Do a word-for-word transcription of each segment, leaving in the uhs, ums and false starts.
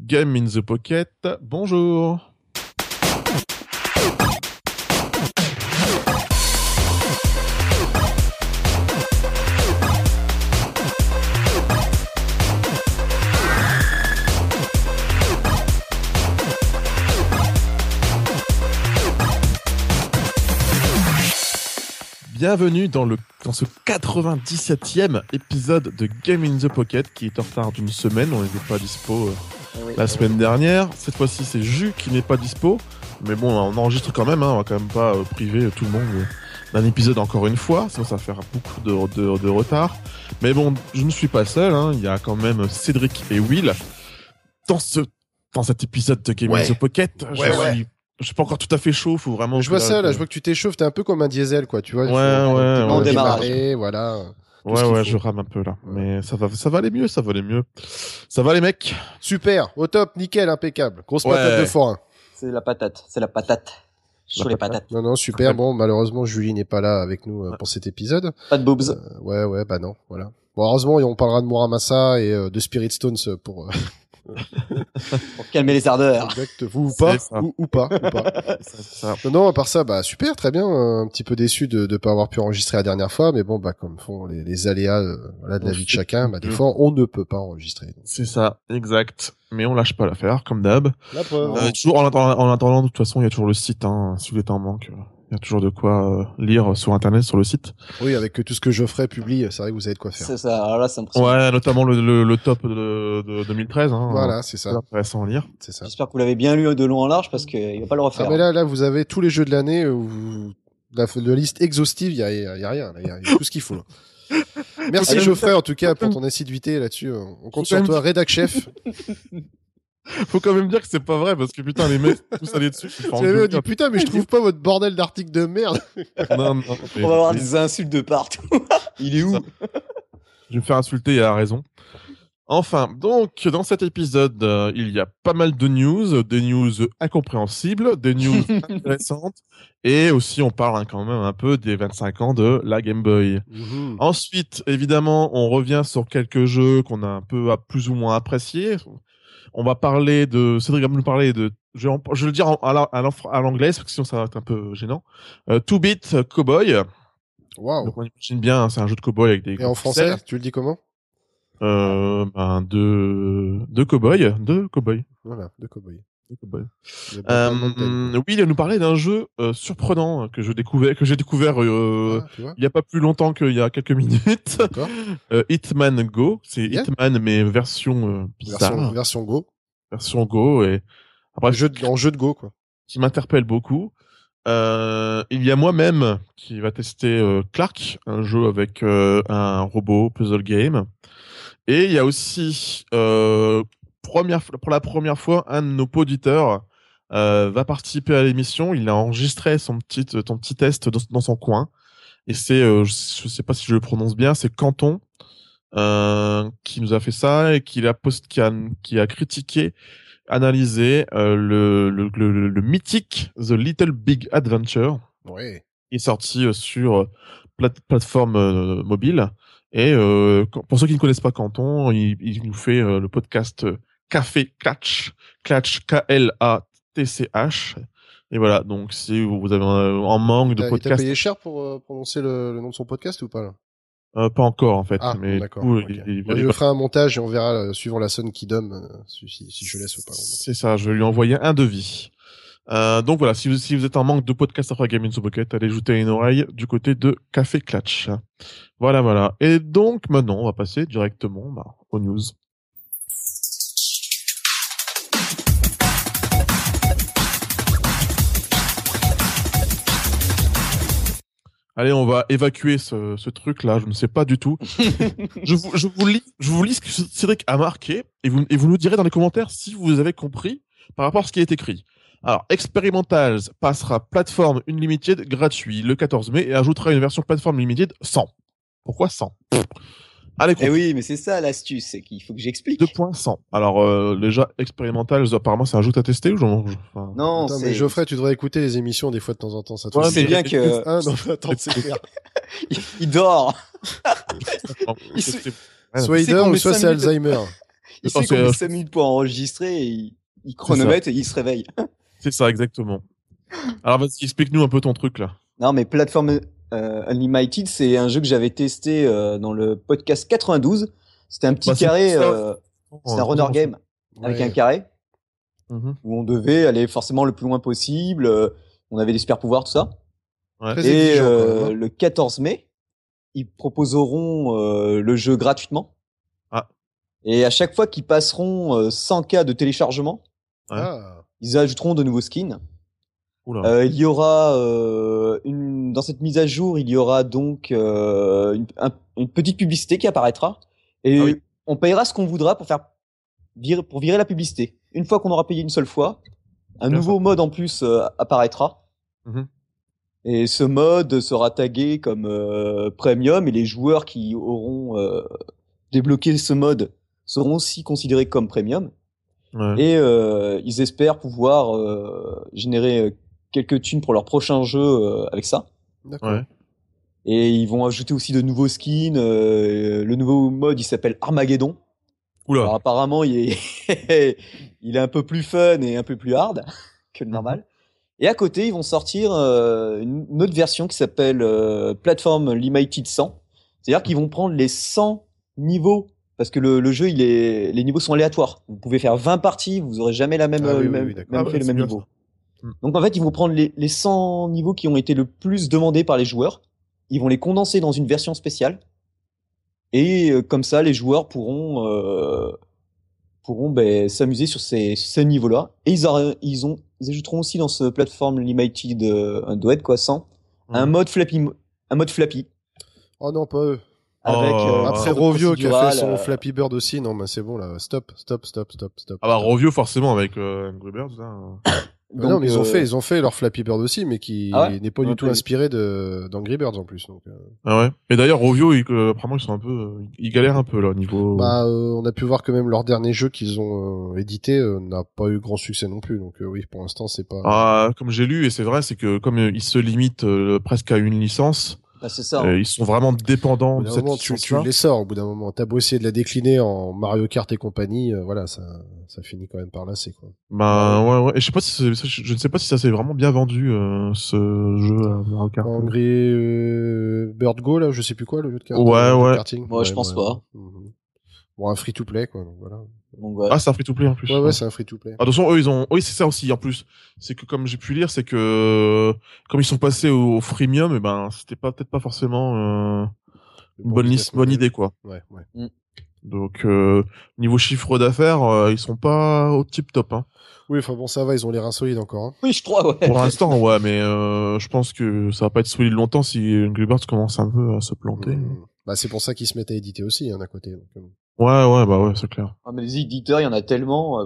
Game in the Pocket. Bonjour. Bienvenue dans, le, dans ce quatre-vingt-dix-septième épisode de Game in the Pocket qui est en retard d'une semaine. On n'était pas dispo euh, oui, la oui. semaine dernière. Cette fois-ci, c'est Jus qui n'est pas dispo. Mais bon, on enregistre quand même. Hein, on va quand même pas euh, priver tout le monde euh, d'un épisode encore une fois. Sinon, ça va faire beaucoup de, de, de retard. Mais bon, je ne suis pas seul. Hein, il y a quand même Cédric et Will. Dans, ce, dans cet épisode de Game ouais. in the Pocket, ouais, je ouais. suis... Je suis pas encore tout à fait chaud, faut vraiment. Je vois ça, là, je vois que tu t'échauffes, t'es un peu comme un diesel, quoi, tu vois. Ouais, ouais, ouais. ouais. Démarrer, voilà. Ouais, ouais, je rame un peu, là. Mais ça va, ça va aller mieux, ça va aller mieux. Ça va, les mecs? Super, au top, nickel, impeccable. Grosse ouais. patate de forain. C'est la patate, c'est la patate. Sur la les patate. patates. Non, non, super. Bon, malheureusement, Julie n'est pas là avec nous euh, pour cet épisode. Pas de boobs. Euh, ouais, ouais, bah non, voilà. Bon, heureusement, on parlera de Muramasa et euh, de Spirit Stones pour... Euh... pour calmer les ardeurs. Exact. Ou pas, ou, ou pas, ou pas. C'est ça. Non, non, à part ça, bah super, très bien. Un petit peu déçu de de pas avoir pu enregistrer la dernière fois, mais bon, bah comme font les, les aléas, euh, voilà, de la vie de chacun, bah des fois on ne peut pas enregistrer. Donc. C'est ça, exact. Mais on lâche pas l'affaire, comme d'hab. La preuve. Euh, toujours en attendant, en attendant, de toute façon, il y a toujours le site. Hein, si vous êtes en manque, il y a toujours de quoi euh, lire sur internet, sur le site. Oui, avec tout ce que Geoffrey publie, c'est vrai que vous avez de quoi faire. C'est ça. Alors là, c'est impressionnant. Ouais, notamment le, le, le top de, de deux mille treize. Hein, voilà, c'est ça. C'est intéressant à lire. C'est ça. J'espère que vous l'avez bien lu de long en large parce qu'il va pas le refaire. Ah, mais là, là, vous avez tous les jeux de l'année. Où vous... la, la liste exhaustive, il y a, y, a, y a rien. Il y, y a tout ce qu'il faut. Là. Merci ah, Geoffrey, en tout cas, pour ton assiduité là-dessus. On compte sur toi, rédac chef. Faut quand même dire que c'est pas vrai parce que putain les mecs tous allés dessus. J'avais dit putain mais je trouve pas votre bordel d'article de merde. Non, non, mais... On va avoir des insultes de partout. Il est où? Je vais me faire insulter, il a raison. Enfin, donc dans cet épisode, euh, il y a pas mal de news, des news incompréhensibles, des news intéressantes, et aussi on parle hein, quand même un peu des vingt-cinq ans de la Game Boy. Mmh. Ensuite, évidemment, on revient sur quelques jeux qu'on a un peu plus ou moins appréciés. On va parler de... Cédric va nous parler de... Je vais, en... je vais le dire en... à, la... à l'anglaise, parce que sinon ça va être un peu gênant. Euh, two bit Cowboy. Waouh. Donc on imagine bien, hein, c'est un jeu de cowboy avec des... Et en français, pixels. Tu le dis comment? Euh... Ben, de... De cowboy. De cowboy. Voilà, de cowboy. De cowboy. Euh... Oui, il va nous parler d'un jeu euh, surprenant que je découvrais, que j'ai découvert euh, ah, il y a pas plus longtemps qu'il y a quelques minutes. D'accord. euh, Hitman Go. C'est yeah. Hitman, mais version euh, bizarre. Version, version Go. Version Go et après jeu de, en jeu de Go quoi. Qui m'interpelle beaucoup. Euh, il y a moi-même qui va tester euh, Clark, un jeu avec euh, un robot puzzle game. Et il y a aussi euh, première pour la première fois un de nos auditeurs euh, va participer à l'émission. Il a enregistré son petit ton petit test dans, dans son coin. Et c'est euh, je, je sais pas si je le prononce bien, c'est Canton. Euh, qui nous a fait ça et qui a, post, qui a, qui a critiqué, analysé euh, le, le, le, le mythique The Little Big Adventure. Ouais. Il est sorti euh, sur plate, plateforme euh, mobile. Et euh, pour ceux qui ne connaissent pas Canton, il, il nous fait euh, le podcast Café Clatch, Clatch K L A T C H. Et voilà, donc si vous avez un, un manque de podcast... Il t'a payé cher pour euh, prononcer le, le nom de son podcast ou pas là? Euh, pas encore en fait, ah, mais d'accord. Coup, okay. il, il, Moi, il, je il... ferai un montage et on verra euh, suivant la sonne qui donne euh, si, si je laisse ou pas. C'est ça, je vais lui envoyer un devis. Euh, donc voilà, si vous, si vous êtes en manque de podcast après Game in the Pocket, allez jeter une oreille du côté de Café Clatch. Voilà, voilà. Et donc maintenant, on va passer directement bah, aux news. Allez, on va évacuer ce, ce truc-là. Je ne sais pas du tout. je, vous, je vous lis, je vous lis ce que Cédric a marqué et vous, et vous nous direz dans les commentaires si vous avez compris par rapport à ce qui est écrit. Alors, Experimentals passera plateforme Unlimited gratuit le quatorze mai et ajoutera une version plateforme Unlimited cent. Pourquoi cent? Allez, eh oui, mais c'est ça l'astuce, c'est qu'il faut que j'explique. deux point cent. Alors, euh, déjà, Experimentals, apparemment, c'est un jeu à tester ou j'en... Enfin... Non, attends, c'est... mais Geoffrey, tu devrais écouter les émissions des fois de temps en temps. Ça te ouais, c'est bien que... Ah, non, attends, c'est clair. il, il dort. il se... Soit il dort ou soit c'est Alzheimer. il sait qu'on met cinq minutes pour enregistrer et il, il chronomètre et il se réveille. C'est ça, exactement. Alors, vas-y, explique-nous un peu ton truc, là. Non, mais Platform euh, Unlimited, c'est un jeu que j'avais testé euh, dans le podcast quatre-vingt-douze. C'était un petit bah, carré, euh, c'était un runner game ouais. avec un carré mm-hmm. où on devait aller forcément le plus loin possible. Euh, on avait des super pouvoirs, tout ça. Ouais. Et euh, même, hein. Le quatorze mai, ils proposeront euh, le jeu gratuitement. Ah. Et à chaque fois qu'ils passeront euh, cent K de téléchargement, ah. ils ajouteront de nouveaux skins. Euh, il y aura euh, une, dans cette mise à jour, il y aura donc euh, une, un, une petite publicité qui apparaîtra et ah oui. on payera ce qu'on voudra pour faire virer, pour virer la publicité. Une fois qu'on aura payé une seule fois, un Bien nouveau ça. mode en plus euh, apparaîtra. Mm-hmm. Et ce mode sera tagué comme euh, premium et les joueurs qui auront euh, débloqué ce mode seront aussi considérés comme premium. Ouais. Et euh, ils espèrent pouvoir euh, générer quelques thunes pour leur prochain jeu euh, avec ça. D'accord. Ouais. Et ils vont ajouter aussi de nouveaux skins. Euh, le nouveau mode, il s'appelle Armageddon. Oula. Alors apparemment, il est, il est un peu plus fun et un peu plus hard que le normal. Et à côté, ils vont sortir euh, une autre version qui s'appelle euh, Platform Limited cent. C'est-à-dire qu'ils vont prendre les cent niveaux. Parce que le, le jeu, il est, les niveaux sont aléatoires. Vous pouvez faire vingt parties, vous aurez jamais la même, ah, oui, même, oui, oui, même ah, fait le même niveau. Ça. Donc en fait, ils vont prendre les, les cent niveaux qui ont été le plus demandés par les joueurs. Ils vont les condenser dans une version spéciale. Et euh, comme ça, les joueurs pourront, euh, pourront ben, s'amuser sur ces, ces niveaux-là. Et ils, a, ils, ont, ils ajouteront aussi dans ce Platform Limited euh, un duet, quoi, cent, mmh. un mode Flappy, un mode Flappy. Oh non, pas eux. Avec, oh, euh, après Rovio qui a fait son euh... Flappy Bird aussi, non mais c'est bon là, stop, stop, stop, stop, stop. Ah bah Rovio forcément avec euh, Angry Birds. Hein. Donc, non mais ils ont euh... fait, ils ont fait leur Flappy Bird aussi, mais qui ah ouais n'est pas du tout inspiré de d'Angry Birds en plus. Donc, euh... Ah ouais. Mais d'ailleurs Rovio, ils, euh, apparemment ils sont un peu, euh, ils galèrent un peu là au niveau. Bah euh, on a pu voir que même leur dernier jeu qu'ils ont euh, édité euh, n'a pas eu grand succès non plus. Donc euh, oui, pour l'instant c'est pas. Ah comme j'ai lu et c'est vrai, c'est que comme euh, ils se limitent euh, presque à une licence. Bah, c'est ça. Euh, ils sont vraiment dépendants de cette moment, tu, tu les sors au bout d'un moment. T'as beau essayer de la décliner en Mario Kart et compagnie, euh, voilà, ça, ça finit quand même par lasser, quoi. Bah, ouais, ouais. Et je sais pas si c'est, je ne sais pas si ça s'est vraiment bien vendu, euh, ce jeu à Mario Kart. Angry euh, Bird Go, là, je sais plus quoi, le jeu de kart. Ouais, euh, ouais. De karting. Moi, ouais, je pense ouais. pas. Mm-hmm. Bon, un free-to-play, quoi, donc voilà. Donc, ouais. Ah, c'est un free-to-play en plus. Ouais, ouais, ouais. c'est un free-to-play. Ah, attention, eux, ils ont, oui, c'est ça aussi, en plus. C'est que, comme j'ai pu lire, c'est que, comme ils sont passés au, au freemium, et ben, c'était pas, peut-être pas forcément, euh, une bonne liste, bonne idée, quoi. Ouais, ouais. Mm. Donc, euh, niveau chiffre d'affaires, euh, ils sont pas au tip top, hein. Oui, enfin bon, ça va, ils ont les reins solides encore, hein. Oui, je crois, ouais. Pour l'instant, ouais, mais, euh, je pense que ça va pas être solide longtemps si Angry Birds commence un peu à se planter. Mm. Bah, c'est pour ça qu'ils se mettent à éditer aussi, hein, d'un côté. Donc, euh... Ouais, ouais, bah ouais, c'est clair. Ah, mais les éditeurs, il y en a tellement. Euh,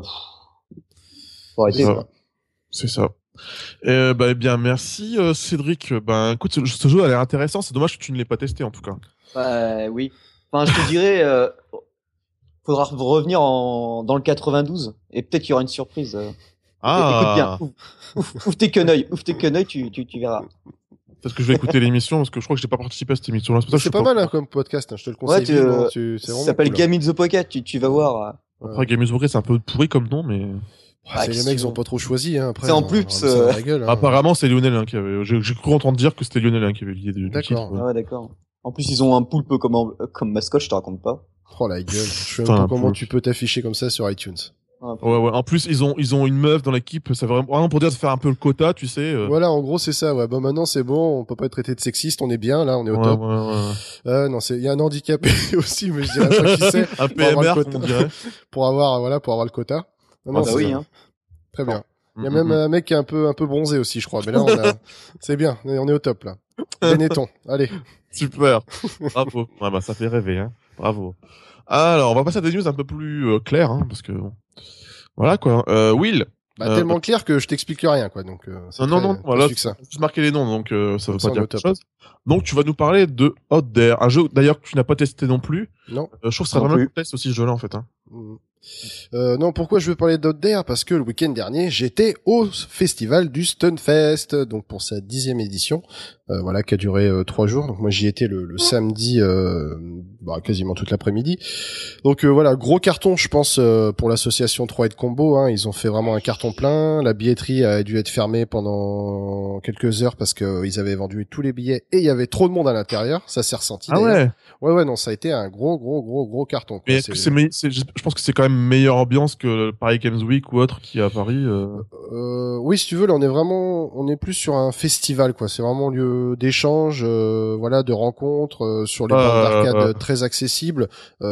faut arrêter, c'est, quoi. ça. c'est ça. Euh, bah, eh bien, merci, euh, Cédric. Ben, écoute, ce, ce jeu a l'air intéressant. C'est dommage que tu ne l'aies pas testé, en tout cas. Euh, oui. Enfin, je te dirais, euh, faudra revenir en, dans le quatre-vingt-douze. Et peut-être qu'il y aura une surprise. Euh. Ah. Écoute bien. Ouf, ouf, ouf tes quenouilles. Ouf tes quenouilles, tu, tu, tu verras. Peut-être que je vais écouter l'émission parce que je crois que j'ai pas participé à cette émission-là. C'est, c'est pas, pas mal hein, comme podcast, hein, je te le conseille. Ouais, tu, vivement, tu, c'est ça s'appelle cool, Game in the Pocket, tu, tu vas voir. Après, ouais. Game in the Pocket, c'est un peu pourri comme nom, mais. Ah, c'est les mecs, ils ont pas trop choisi, hein, après. C'est en plus, euh... la gueule, hein. Apparemment, c'est Lionel, hein, qui avait, j'ai, j'ai cru entendre dire que c'était Lionel, hein, qui avait l'idée du, d'accord. du titre. Ouais. Ah ouais, d'accord. En plus, ils ont un poulpe comme, en... comme mascotte, je te raconte pas. Oh la gueule. Je sais même pas comment tu peux t'afficher comme ça sur iTunes. Ouais, ouais. En plus, ils ont, ils ont une meuf dans l'équipe. Ça vraiment, vraiment pour dire de faire un peu le quota, tu sais. Euh... Voilà, en gros, c'est ça. Ouais. Bon, maintenant, c'est bon. On peut pas être traité de sexiste. On est bien. Là, on est au ouais, top. Ouais, ouais, ouais. Euh, non, c'est, il y a un handicapé aussi, mais je dirais pas qui c'est. Un P M R, on dirait. Pour avoir, voilà, pour avoir le quota. Non, non, ah bah oui, hein. Très bien. Il y a même un mec qui est un peu, un peu bronzé aussi, je crois. Mais là, on a, c'est bien. On est au top, là. Benetton. Allez. Super. Bravo. Ouais, bah, ça fait rêver, hein. Bravo. Alors, on va passer à des news un peu plus euh, claires, hein, parce que bon. Voilà quoi. Euh, Will. Bah euh, tellement clair que je t'explique rien quoi. Donc euh, c'est non très, non non. Voilà. Tu as marqué les noms donc euh, ça veut pas dire quelque chose. Donc tu vas nous parler de Out There, un jeu d'ailleurs que tu n'as pas testé non plus. Non. Euh, je trouve que ça serait vraiment un test aussi ce jeu-là en fait. Hein. Mmh. Euh, non, pourquoi je veux parler d'Outdare? Parce que le week-end dernier, j'étais au festival du Stunfest, donc pour sa dixième édition, euh, voilà, qui a duré euh, trois jours. Donc moi j'y étais le, le samedi, euh, bah, quasiment toute l'après-midi. Donc euh, voilà, gros carton, je pense, euh, pour l'association trois de Combo. Hein, ils ont fait vraiment un carton plein. La billetterie a dû être fermée pendant quelques heures parce que euh, ils avaient vendu tous les billets et il y avait trop de monde à l'intérieur. Ça s'est ressenti. Ah ouais. Ouais ouais, non, ça a été un gros gros gros gros carton. Quoi. Mais est-ce que c'est, me... c'est, je pense que c'est quand même meilleure ambiance que le Paris Games Week ou autre qui est à Paris. Euh... Euh, oui, si tu veux, là on est vraiment, on est plus sur un festival, quoi. C'est vraiment un lieu d'échange, euh, voilà, de rencontres euh, sur les euh, bornes d'arcade euh... très accessibles.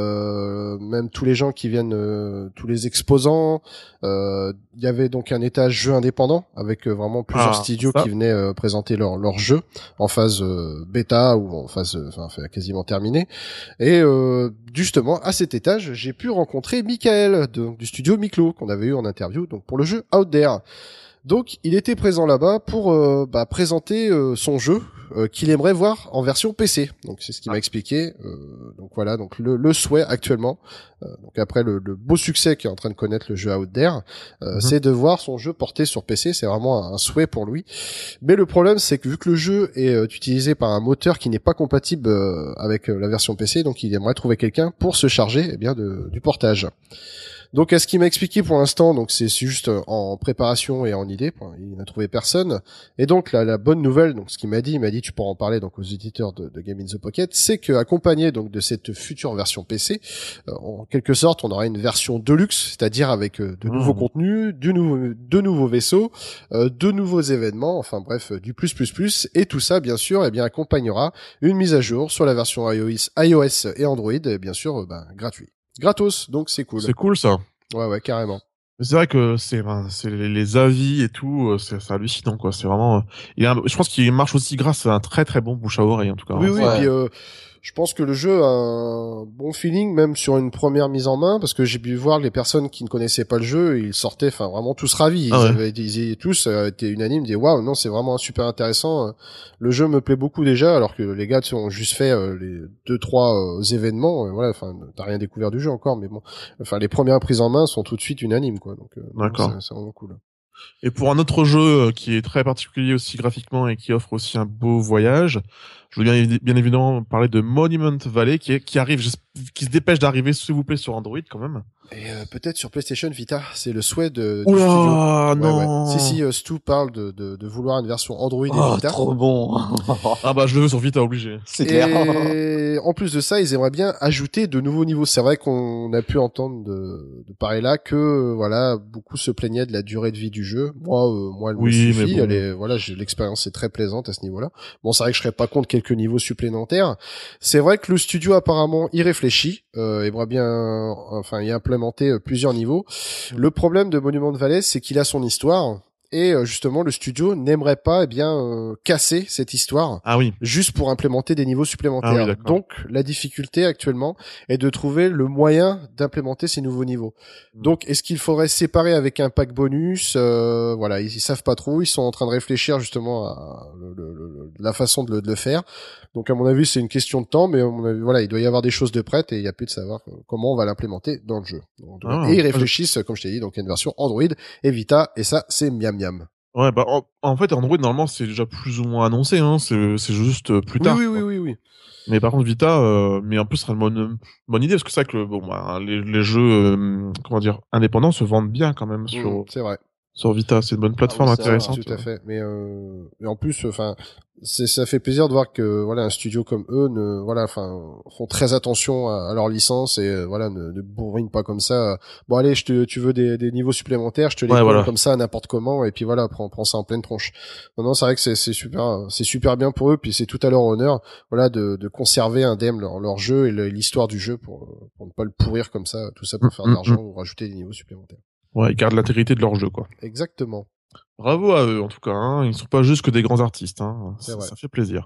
Euh, même tous les gens qui viennent, euh, tous les exposants. Il euh, y avait donc un étage jeu indépendant avec euh, vraiment plusieurs ah, studios ça. qui venaient euh, présenter leurs leur jeux en phase euh, bêta ou en phase, enfin, euh, quasiment terminée. Et euh, justement, à cet étage, j'ai pu rencontrer Michael de, du studio Miklo qu'on avait eu en interview, donc pour le jeu Outdare. Donc, il était présent là-bas pour euh, bah, présenter euh, son jeu euh, qu'il aimerait voir en version P C. Donc, c'est ce qu'il ah. m'a expliqué. Euh, donc voilà, donc le, le souhait actuellement. Euh, donc après le, le beau succès qu'est en train de connaître le jeu Outdare, euh, mm-hmm. c'est de voir son jeu porté sur P C. C'est vraiment un, un souhait pour lui. Mais le problème, c'est que vu que le jeu est euh, utilisé par un moteur qui n'est pas compatible euh, avec euh, la version P C, donc il aimerait trouver quelqu'un pour se charger eh bien de, du portage. Donc, à ce qu'il m'a expliqué pour l'instant, donc c'est juste en préparation et en idée. Il n'a trouvé personne. Et donc, la, la bonne nouvelle, donc ce qu'il m'a dit, il m'a dit, tu pourras en parler donc aux éditeurs de, de Game in the Pocket, c'est que accompagné donc de cette future version P C, euh, en quelque sorte, on aura une version deluxe, c'est-à-dire avec euh, de mmh. nouveaux contenus, du nouveau, de nouveaux vaisseaux, euh, de nouveaux événements, enfin bref, du plus plus plus. Et tout ça, bien sûr, eh bien accompagnera une mise à jour sur la version iOS, iOS et Android, et bien sûr, euh, ben gratuit. Gratos, donc c'est cool. C'est cool ça. Ouais, ouais, carrément. C'est vrai que c'est, ben, c'est les, les avis et tout, c'est, c'est hallucinant quoi. C'est vraiment. Il a, je pense qu'il marche aussi grâce à un très très bon bouche à oreille en tout cas. Oui, hein. oui. Ouais. Et puis, euh, je pense que le jeu a un bon feeling même sur une première mise en main parce que j'ai pu voir les personnes qui ne connaissaient pas le jeu, ils sortaient, enfin vraiment tous ravis. Ils ah ouais. avaient, ils étaient tous euh, été unanimes, disaient waouh, non, c'est vraiment super intéressant. Le jeu me plaît beaucoup déjà, alors que les gars tu sais, ont juste fait euh, les deux trois euh, événements. Et voilà, enfin t'as rien découvert du jeu encore, mais bon, enfin les premières prises en main sont tout de suite unanimes quoi. Donc euh, d'accord. C'est, c'est vraiment cool. Et pour un autre jeu qui est très particulier aussi graphiquement et qui offre aussi un beau voyage, je veux bien, bien évidemment parler de Monument Valley qui, est, qui arrive, qui se dépêche d'arriver, s'il vous plaît, sur Android quand même. Et euh, peut-être sur PlayStation Vita, c'est le souhait de, du Oula, studio. Ouais, non. Ouais. Si si, euh, Stu parle de, de de vouloir une version Android oh, et Vita. Trop bon. Ah bah je le veux sur Vita obligé. C'est clair. Et en plus de ça, ils aimeraient bien ajouter de nouveaux niveaux. C'est vrai qu'on a pu entendre de, de par et là que euh, voilà, beaucoup se plaignaient de la durée de vie du jeu. Moi, euh, moi, elle oui, me suffit. Bon. Elle est, voilà, j'ai, l'expérience est très plaisante à ce niveau-là. Bon, c'est vrai que je serais pas contre quelques niveaux supplémentaires. C'est vrai que le studio apparemment y réfléchit, euh, aimerait bien, enfin, y implémenter plusieurs niveaux. Le problème de Monument Valley, c'est qu'il a son histoire. Et euh, justement, le studio n'aimerait pas, eh bien, euh, casser cette histoire, ah oui. juste pour implémenter des niveaux supplémentaires. Ah oui, donc, la difficulté actuellement est de trouver le moyen d'implémenter ces nouveaux niveaux. Mmh. Donc, est-ce qu'il faudrait séparer avec un pack bonus euh, Voilà, ils, ils savent pas trop. Ils sont en train de réfléchir justement à le, le, le, la façon de le, de le faire. Donc, à mon avis, c'est une question de temps, mais à mon avis, voilà, il doit y avoir des choses de prêtes et il y a plus de savoir comment on va l'implémenter dans le jeu. Donc, ah, et ils réfléchissent, comme je t'ai dit, donc il y a une version Android et Vita, et ça, c'est miam miam. Ouais, bah en, en fait Android normalement c'est déjà plus ou moins annoncé, hein. C'est c'est juste plus tard. Oui, oui, oui, oui, oui. Mais par contre Vita, euh, mais en plus ce serait une bonne bonne idée parce que c'est vrai que bon bah les les jeux euh, comment dire indépendants se vendent bien quand même sur. Mmh, c'est vrai. Sur Vita, c'est une bonne plateforme ah oui, intéressante. Tout à fait. Mais euh, et en plus, enfin, c'est ça fait plaisir de voir que voilà un studio comme eux ne voilà enfin font très attention à, à leur licence et euh, voilà ne, ne bourrinent pas comme ça. Bon allez, je te tu veux des, des niveaux supplémentaires, je te les ouais, voilà. comme ça n'importe comment et puis voilà prends prends ça en pleine tronche. Non non, c'est vrai que c'est c'est super c'est super bien pour eux puis c'est tout à leur honneur voilà de de conserver indemne leur leur jeu et le, l'histoire du jeu pour pour ne pas le pourrir comme ça, tout ça pour faire de l'argent ou rajouter des niveaux supplémentaires. Ouais, ils gardent l'intégrité de leur jeu, quoi. Exactement. Bravo à eux, en tout cas. Hein. Ils sont pas juste que des grands artistes. Hein. Ça, ça fait plaisir.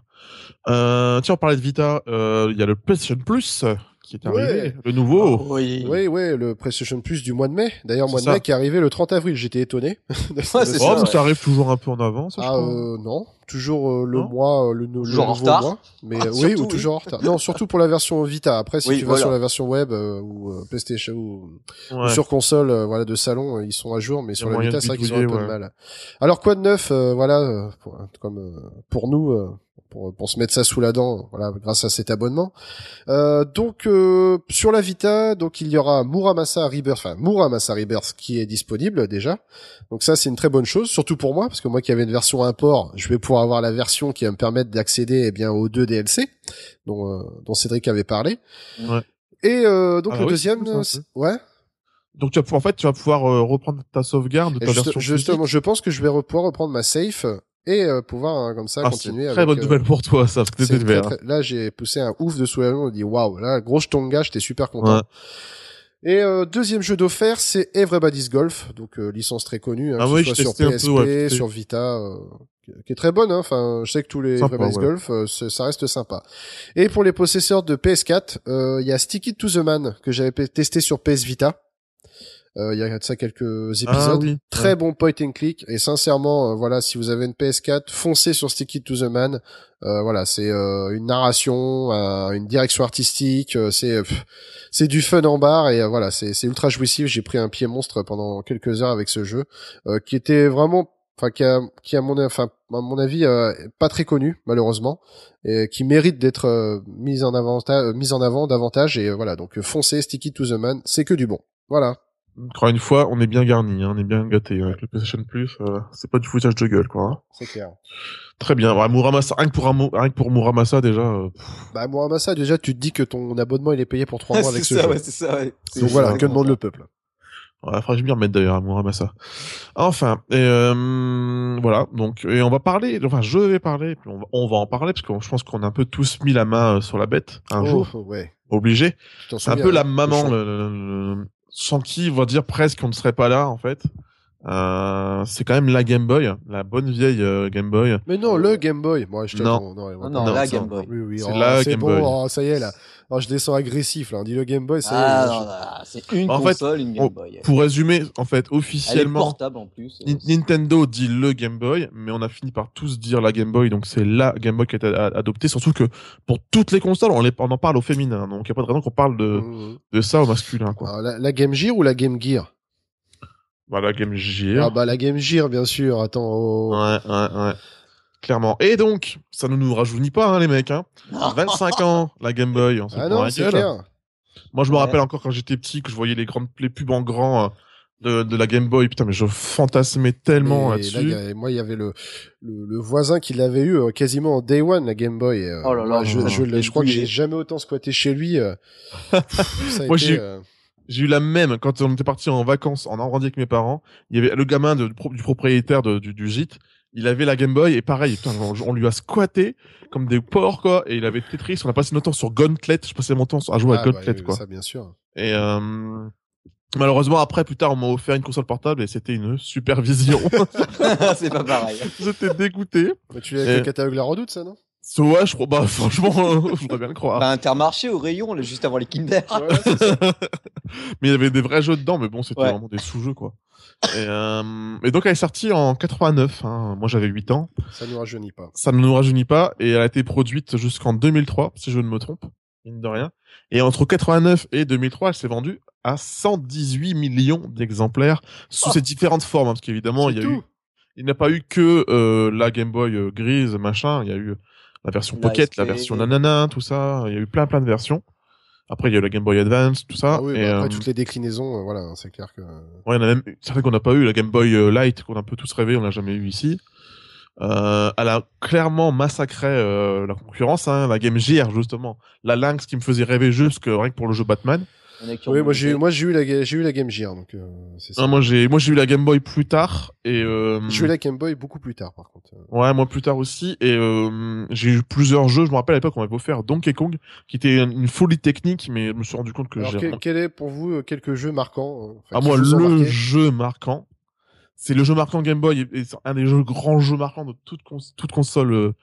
Euh, tiens, on parlait de Vita. Il euh, y a le PlayStation Plus qui est arrivé, ouais. le nouveau. Oh, oui. oui, oui, le PlayStation Plus du mois de mai. D'ailleurs, mois de mai qui est arrivé le trente avril. J'étais étonné. ouais, c'est oh, ça, mais ouais. ça arrive toujours un peu en avance. Ah, euh, non. toujours euh, le mois, le, le, toujours le en retard. mois, mais ah, euh, oui, surtout, ou toujours oui. en retard. Non, surtout pour la version Vita. Après, si oui, tu vas voilà. sur la version web euh, ou euh, PlayStation ou, ouais. ou sur console, euh, voilà, de salon, ils sont à jour, mais sur la Vita, c'est vrai qu'ils ont un peu ouais. de mal. Alors quoi de neuf, euh, voilà, euh, pour, comme euh, pour nous. Euh, Pour, pour se mettre ça sous la dent, voilà, grâce à cet abonnement. Euh, donc euh, sur la Vita, donc il y aura Muramasa Rebirth, enfin Muramasa Rebirth qui est disponible déjà. Donc ça c'est une très bonne chose, surtout pour moi parce que moi qui avais une version import, je vais pouvoir avoir la version qui va me permettre d'accéder eh bien aux deux D L C dont euh, dont Cédric avait parlé. Ouais. Et euh, donc ah, le oui, deuxième, cool, ça, ouais. Donc tu vas, en fait, tu vas pouvoir euh, reprendre ta sauvegarde de ta Juste, version justement, physique. je pense que je vais pouvoir reprendre ma save et euh, pouvoir hein, comme ça ah, continuer c'est une avec. Très bonne euh, nouvelle pour toi, ça. Parce que c'est très, très, là, j'ai poussé un ouf de soulagement. On dit waouh, là, grosse tonga, j'étais super content. Ouais. Et euh, deuxième jeu d'offert, c'est Everybody's Golf, donc euh, licence très connue, hein, ah, que oui, ce soit sur P S P, peu, ouais, sur Vita, euh, qui est très bonne. Hein. Enfin, je sais que tous les sympa, Everybody's ouais. Golf, euh, ça reste sympa. Et pour les possesseurs de P S quatre, il euh, y a Stick It to the Man que j'avais testé sur P S Vita. Il euh, y a de ça quelques épisodes. Ah, oui. Très ouais. bon point and click. Et sincèrement, euh, voilà, si vous avez une P S quatre, foncez sur Stick It to the Man. Euh, voilà, c'est euh, une narration, euh, une direction artistique. Euh, c'est pff, c'est du fun en barre et euh, voilà, c'est c'est ultra jouissif. J'ai pris un pied monstre pendant quelques heures avec ce jeu, euh, qui était vraiment, enfin qui a qui a mon, enfin à mon avis, euh, pas très connu malheureusement, et qui mérite d'être euh, mis en avant, euh, mis en avant davantage. Et euh, voilà, donc foncez Stick It to the Man, c'est que du bon. Voilà. Encore une fois, on est bien garni, hein, on est bien gâté avec le PlayStation Plus. Euh, c'est pas du foutage de gueule, quoi. Hein. C'est clair. Très bien. Ouais, Muramasa, rien que pour un, rien que pour Muramasa déjà. Euh, bah Muramasa, déjà tu te dis que ton abonnement il est payé pour trois mois avec ce ça, jeu. Ouais, c'est ça, ouais. Donc voilà, que demande le peuple. Ouais, faudrait que je m'y remette d'ailleurs à Muramasa. Enfin, et euh, voilà. Donc, et on va parler. Enfin, je vais parler. Puis on, va, on va en parler parce que je pense qu'on a un peu tous mis la main sur la bête un oh, jour. Ouais. Obligé. C'est un peu hein, la maman, le, le, le, sans qui, on va dire presque qu'on ne serait pas là en fait. Euh, c'est quand même la Game Boy, la bonne vieille euh, Game Boy. Mais non, le Game Boy. Moi, je te non. non, non, non, non, la Game Boy. Oui, oui. C'est oh, la c'est Game bon, Boy. Oh, ça y est là. Oh, je descends agressif là. On dit le Game Boy, ça ah, y est. Non, je... non, c'est une en console, fait, une Game Boy. Pour résumer, en fait, officiellement, elle est portable en plus. N- Nintendo dit le Game Boy, mais on a fini par tous dire la Game Boy, donc c'est la Game Boy qui a été adoptée. Surtout que pour toutes les consoles, on, les, on en parle au féminin, donc il y a pas de raison qu'on parle de mmh. de ça au masculin, quoi. Alors, la, la Game Gear ou la Game Gear? Bah, la Game Gear. Ah bah la Game Gear, bien sûr. Attends. Oh... Ouais, ouais, ouais. Clairement. Et donc, ça ne nous rajeunit pas, hein, les mecs. Hein. vingt-cinq ans, la Game Boy. On se ah prend non, la c'est gueule. clair. Moi, je me ouais. rappelle encore quand j'étais petit que je voyais les grandes, les pubs en grand de, de la Game Boy. Putain, mais je fantasmais tellement mais là-dessus. Là, moi, il y avait le, le, le voisin qui l'avait eu euh, quasiment en day one, la Game Boy. Et, euh, oh là là. je, je, je, je crois que j'ai jamais autant squatté chez lui. Euh, ça a moi, été, j'ai euh... J'ai eu la même quand on était parti en vacances en Normandie avec mes parents. Il y avait le gamin de, du propriétaire de, du, du gîte. Il avait la Game Boy et pareil, putain, on, on lui a squatté comme des porcs, quoi. Et il avait Tetris. On a passé notre temps sur Gauntlet. Je passais mon temps à jouer ah, à Gauntlet, bah, quoi. Ça, bien sûr. Et euh, malheureusement, après, plus tard, on m'a offert une console portable et c'était une supervision. C'est pas pareil. J'étais dégoûté. Mais tu l'as avec et... le catalogue La Redoute, ça, non? Ouais, je crois, bah, franchement, je voudrais bien le croire. Bah, Intermarché au rayon, là, juste avant les Kinder. Ouais, c'est ça. Mais il y avait des vrais jeux dedans, mais bon, c'était ouais. vraiment des sous-jeux, quoi. Et, euh, et donc, elle est sortie en quatre-vingt-neuf, hein. Moi, j'avais huit ans. Ça ne nous rajeunit pas. Ça ne nous rajeunit pas, et elle a été produite jusqu'en deux mille trois, si je ne me trompe, mine de rien. Et entre quatre-vingt-neuf et deux mille trois, elle s'est vendue à cent dix-huit millions d'exemplaires sous oh. ses différentes formes, hein, parce qu'évidemment, il y a eu, il n'y a pas eu que euh, la Game Boy euh, grise, machin, il y a eu la version Pocket, la, S P, la version nanana, tout ça. Il y a eu plein plein de versions. Après, il y a eu la Game Boy Advance, tout ça. Ah oui, et bah après euh... toutes les déclinaisons, euh, voilà, c'est clair que. Ouais, il y en a même certaines qu'on n'a pas eu. La Game Boy euh, Light qu'on a un peu tous rêvé, on l'a jamais eu ici. Euh, elle a clairement massacré euh, la concurrence, hein, la Game Gear justement, la Lynx qui me faisait rêver juste que rien que pour le jeu Batman. Oui, moi j'ai eu, moi j'ai eu la, j'ai eu la Game Gear, donc euh, c'est ça. Ah, moi j'ai, moi j'ai eu la Game Boy plus tard et. Euh... J'ai eu la Game Boy beaucoup plus tard, par contre. Ouais, moi plus tard aussi et euh, j'ai eu plusieurs jeux. Je me rappelle à l'époque on m'avait offert Donkey Kong, qui était une folie technique, mais je me suis rendu compte que. Alors j'ai... quel, quel est pour vous quelques jeux marquants? Enfin, ah moi le jeu marquant, c'est le jeu marquant Game Boy et c'est un des jeux, grands jeux marquants de toute cons- toute console euh,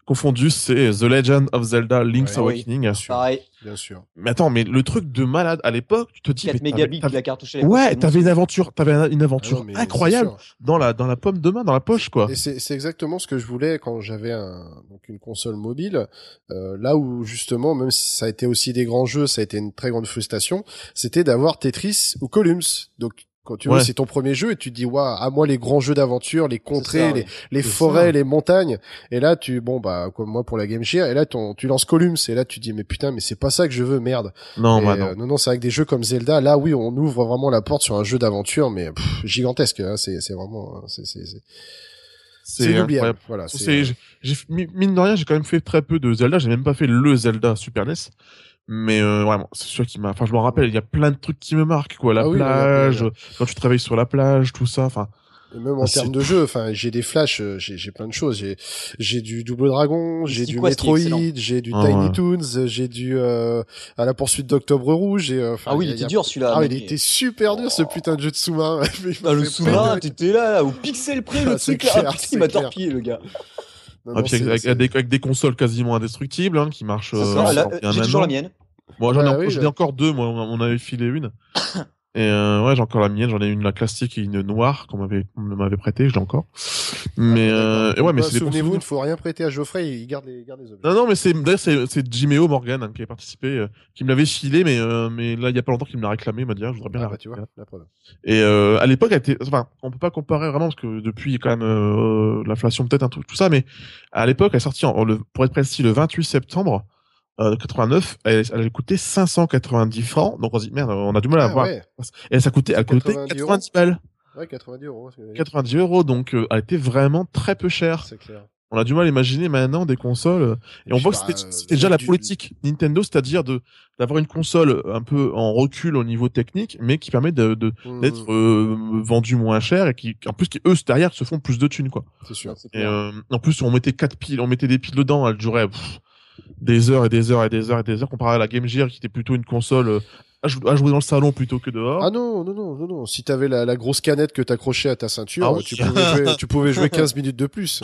confondu, c'est The Legend of Zelda Link's ouais, Awakening. Oui, bien sûr. Pareil. Bien sûr. Mais attends, mais le truc de malade à l'époque, tu te dis. quatre mégabits de la cartouche à l'époque. Ouais, t'avais une aventure, t'avais une aventure ah non, incroyable dans la, dans la pomme de main, dans la poche, quoi. Et c'est, c'est exactement ce que je voulais quand j'avais un, donc une console mobile. Euh, là où, justement, même si ça a été aussi des grands jeux, ça a été une très grande frustration, c'était d'avoir Tetris ou Columns. Donc, quand tu ouais. vois, c'est ton premier jeu et tu te dis, waouh, à moi les grands jeux d'aventure, les contrées, ça, les, ouais. les forêts, ça. les montagnes. Et là, tu, bon, bah, comme moi pour la Game Gear, et là, ton, tu lances Columns et là, tu te dis, mais putain, mais c'est pas ça que je veux, merde. Non, et, bah, non. Euh, non, non, c'est avec des jeux comme Zelda. Là, oui, on ouvre vraiment la porte sur un jeu d'aventure, mais pff, gigantesque. Hein, c'est, c'est vraiment, c'est, c'est, c'est, c'est, c'est inoubliable. Voilà. C'est, c'est, j'ai, j'ai, mine de rien, j'ai quand même fait très peu de Zelda. J'ai même pas fait le Zelda Super N E S. Mais euh, vraiment, c'est sûr qu'il m'a. Enfin, je me rappelle, il y a plein de trucs qui me marquent, quoi. La ah oui, plage, oui, oui, oui. quand tu travailles sur la plage, tout ça. Enfin. Et même en termes de jeu, enfin, j'ai des flashs, j'ai, j'ai plein de choses. J'ai, j'ai du Double Dragon, j'ai du Metroid, j'ai du ah, Tiny ouais. Toons, j'ai du euh, à la poursuite d'Octobre Rouge. Et, euh, ah oui, il était a... dur celui-là. Ah, mais... il était super dur oh. ce putain de jeu de sous-marin. Ah, le sous-marin, t'étais là, là, au pixel près, le ah, truc là, il m'a torpillé le gars. Non, ah, non, puis avec, avec, avec, avec des consoles quasiment indestructibles, hein, qui marchent. Euh, ça, là, j'ai toujours la mienne. Moi, j'en ai, ouais, oui, j'en ai encore deux. Moi, on avait filé une. Et euh, ouais, j'ai encore la mienne. J'en ai une la classique et une noire qu'on m'avait, on m'avait prêtée. Je l'ai encore. Mais ah, euh, et ouais, mais bah, c'est souvenez-vous, il ne faut rien prêter à Geoffrey. Il garde les, garde les objets. Non, non, mais c'est d'ailleurs c'est c'est Jimeo Morgan hein, qui avait participé, euh, qui me l'avait filé, mais euh, mais là il y a pas longtemps qu'il me l'a réclamé. Il m'a dit ah, je voudrais bien ah, la bah, tu vois, la preuve. Et euh, à l'époque, elle était, enfin, on peut pas comparer vraiment parce que depuis il y a quand même euh, l'inflation peut-être un truc tout ça, mais à l'époque, elle est sortie en, le, pour être précis le vingt-huit septembre. Euh, quatre-vingt-neuf, elle, elle a coûté cinq cent quatre-vingt-dix francs, donc on se dit merde, on a du mal à ah, voir. Ouais. Et ça coûtait, elle coûtait quatre-vingt-dix balles. Ouais, quatre-vingt-dix euros. quatre-vingt-dix euros, donc euh, elle était vraiment très peu chère. C'est clair. On a du mal à imaginer maintenant des consoles. Et, et on voit que c'était, c'était déjà la politique du... Nintendo, c'est-à-dire de d'avoir une console un peu en recul au niveau technique, mais qui permet de, de mmh. d'être euh, vendue moins cher et qui, en plus, qui eux derrière se font plus de thunes, quoi. C'est sûr. Et euh, en plus, on mettait quatre piles, on mettait des piles dedans, elles duraient. Pff, des heures et des heures et des heures et des heures comparé à la Game Gear qui était plutôt une console euh, à, jou- à jouer dans le salon plutôt que dehors. Ah non, non, non, non, non. Si t'avais la, la grosse canette que t'accrochais à ta ceinture, ah oui. tu, pouvais jouer, tu pouvais jouer quinze minutes de plus.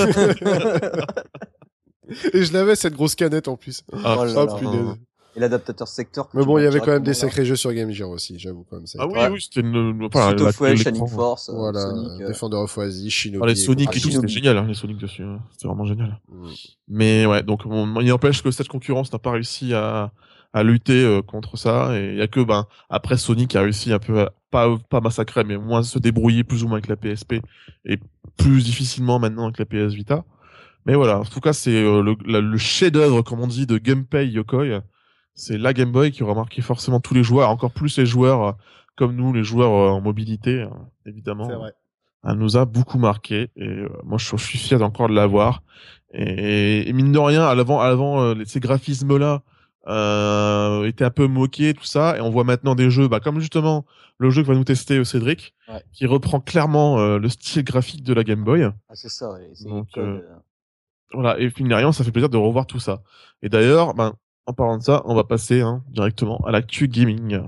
Et je l'avais cette grosse canette en plus. Ah, oh là là. Oh, et l'adaptateur secteur. Mais bon, il y avait quand même des sacrés jeux sur Game Gear aussi, j'avoue quand même. Ça ah oui, ouais. oui, c'était une, enfin, Street of Rage, Shining Force, voilà, Sonic, euh... Defender of Oasis, Shinobi. Ah, les Sonic et, et tout, c'était génial, hein, les Sonic dessus, hein. C'était vraiment génial. Mm. Mais ouais, donc, on, il n'empêche que cette concurrence n'a pas réussi à, à lutter euh, contre ça, et il y a que, ben, après Sonic a réussi un peu à, pas, pas massacrer, mais au moins se débrouiller plus ou moins avec la P S P, et plus difficilement maintenant avec la P S Vita. Mais voilà, en tout cas, c'est euh, le, la, le chef-d'œuvre, comme on dit, de Gunpei Yokoi. C'est la Game Boy qui aura marqué forcément tous les joueurs, encore plus les joueurs euh, comme nous, les joueurs euh, en mobilité, euh, évidemment. C'est vrai. Elle nous a beaucoup marqué et euh, moi je, je suis fier encore de l'avoir. Et, et mine de rien, à l'avant, à l'avant, euh, ces graphismes-là euh, étaient un peu moqués, tout ça, et on voit maintenant des jeux, bah comme justement le jeu que va nous tester Cédric, ouais. qui reprend clairement euh, le style graphique de la Game Boy. Ah c'est ça. Ouais. C'est Donc euh, voilà, et mine de rien, ça fait plaisir de revoir tout ça. Et d'ailleurs, ben en parlant de ça, on va passer hein, directement à l'actu gaming.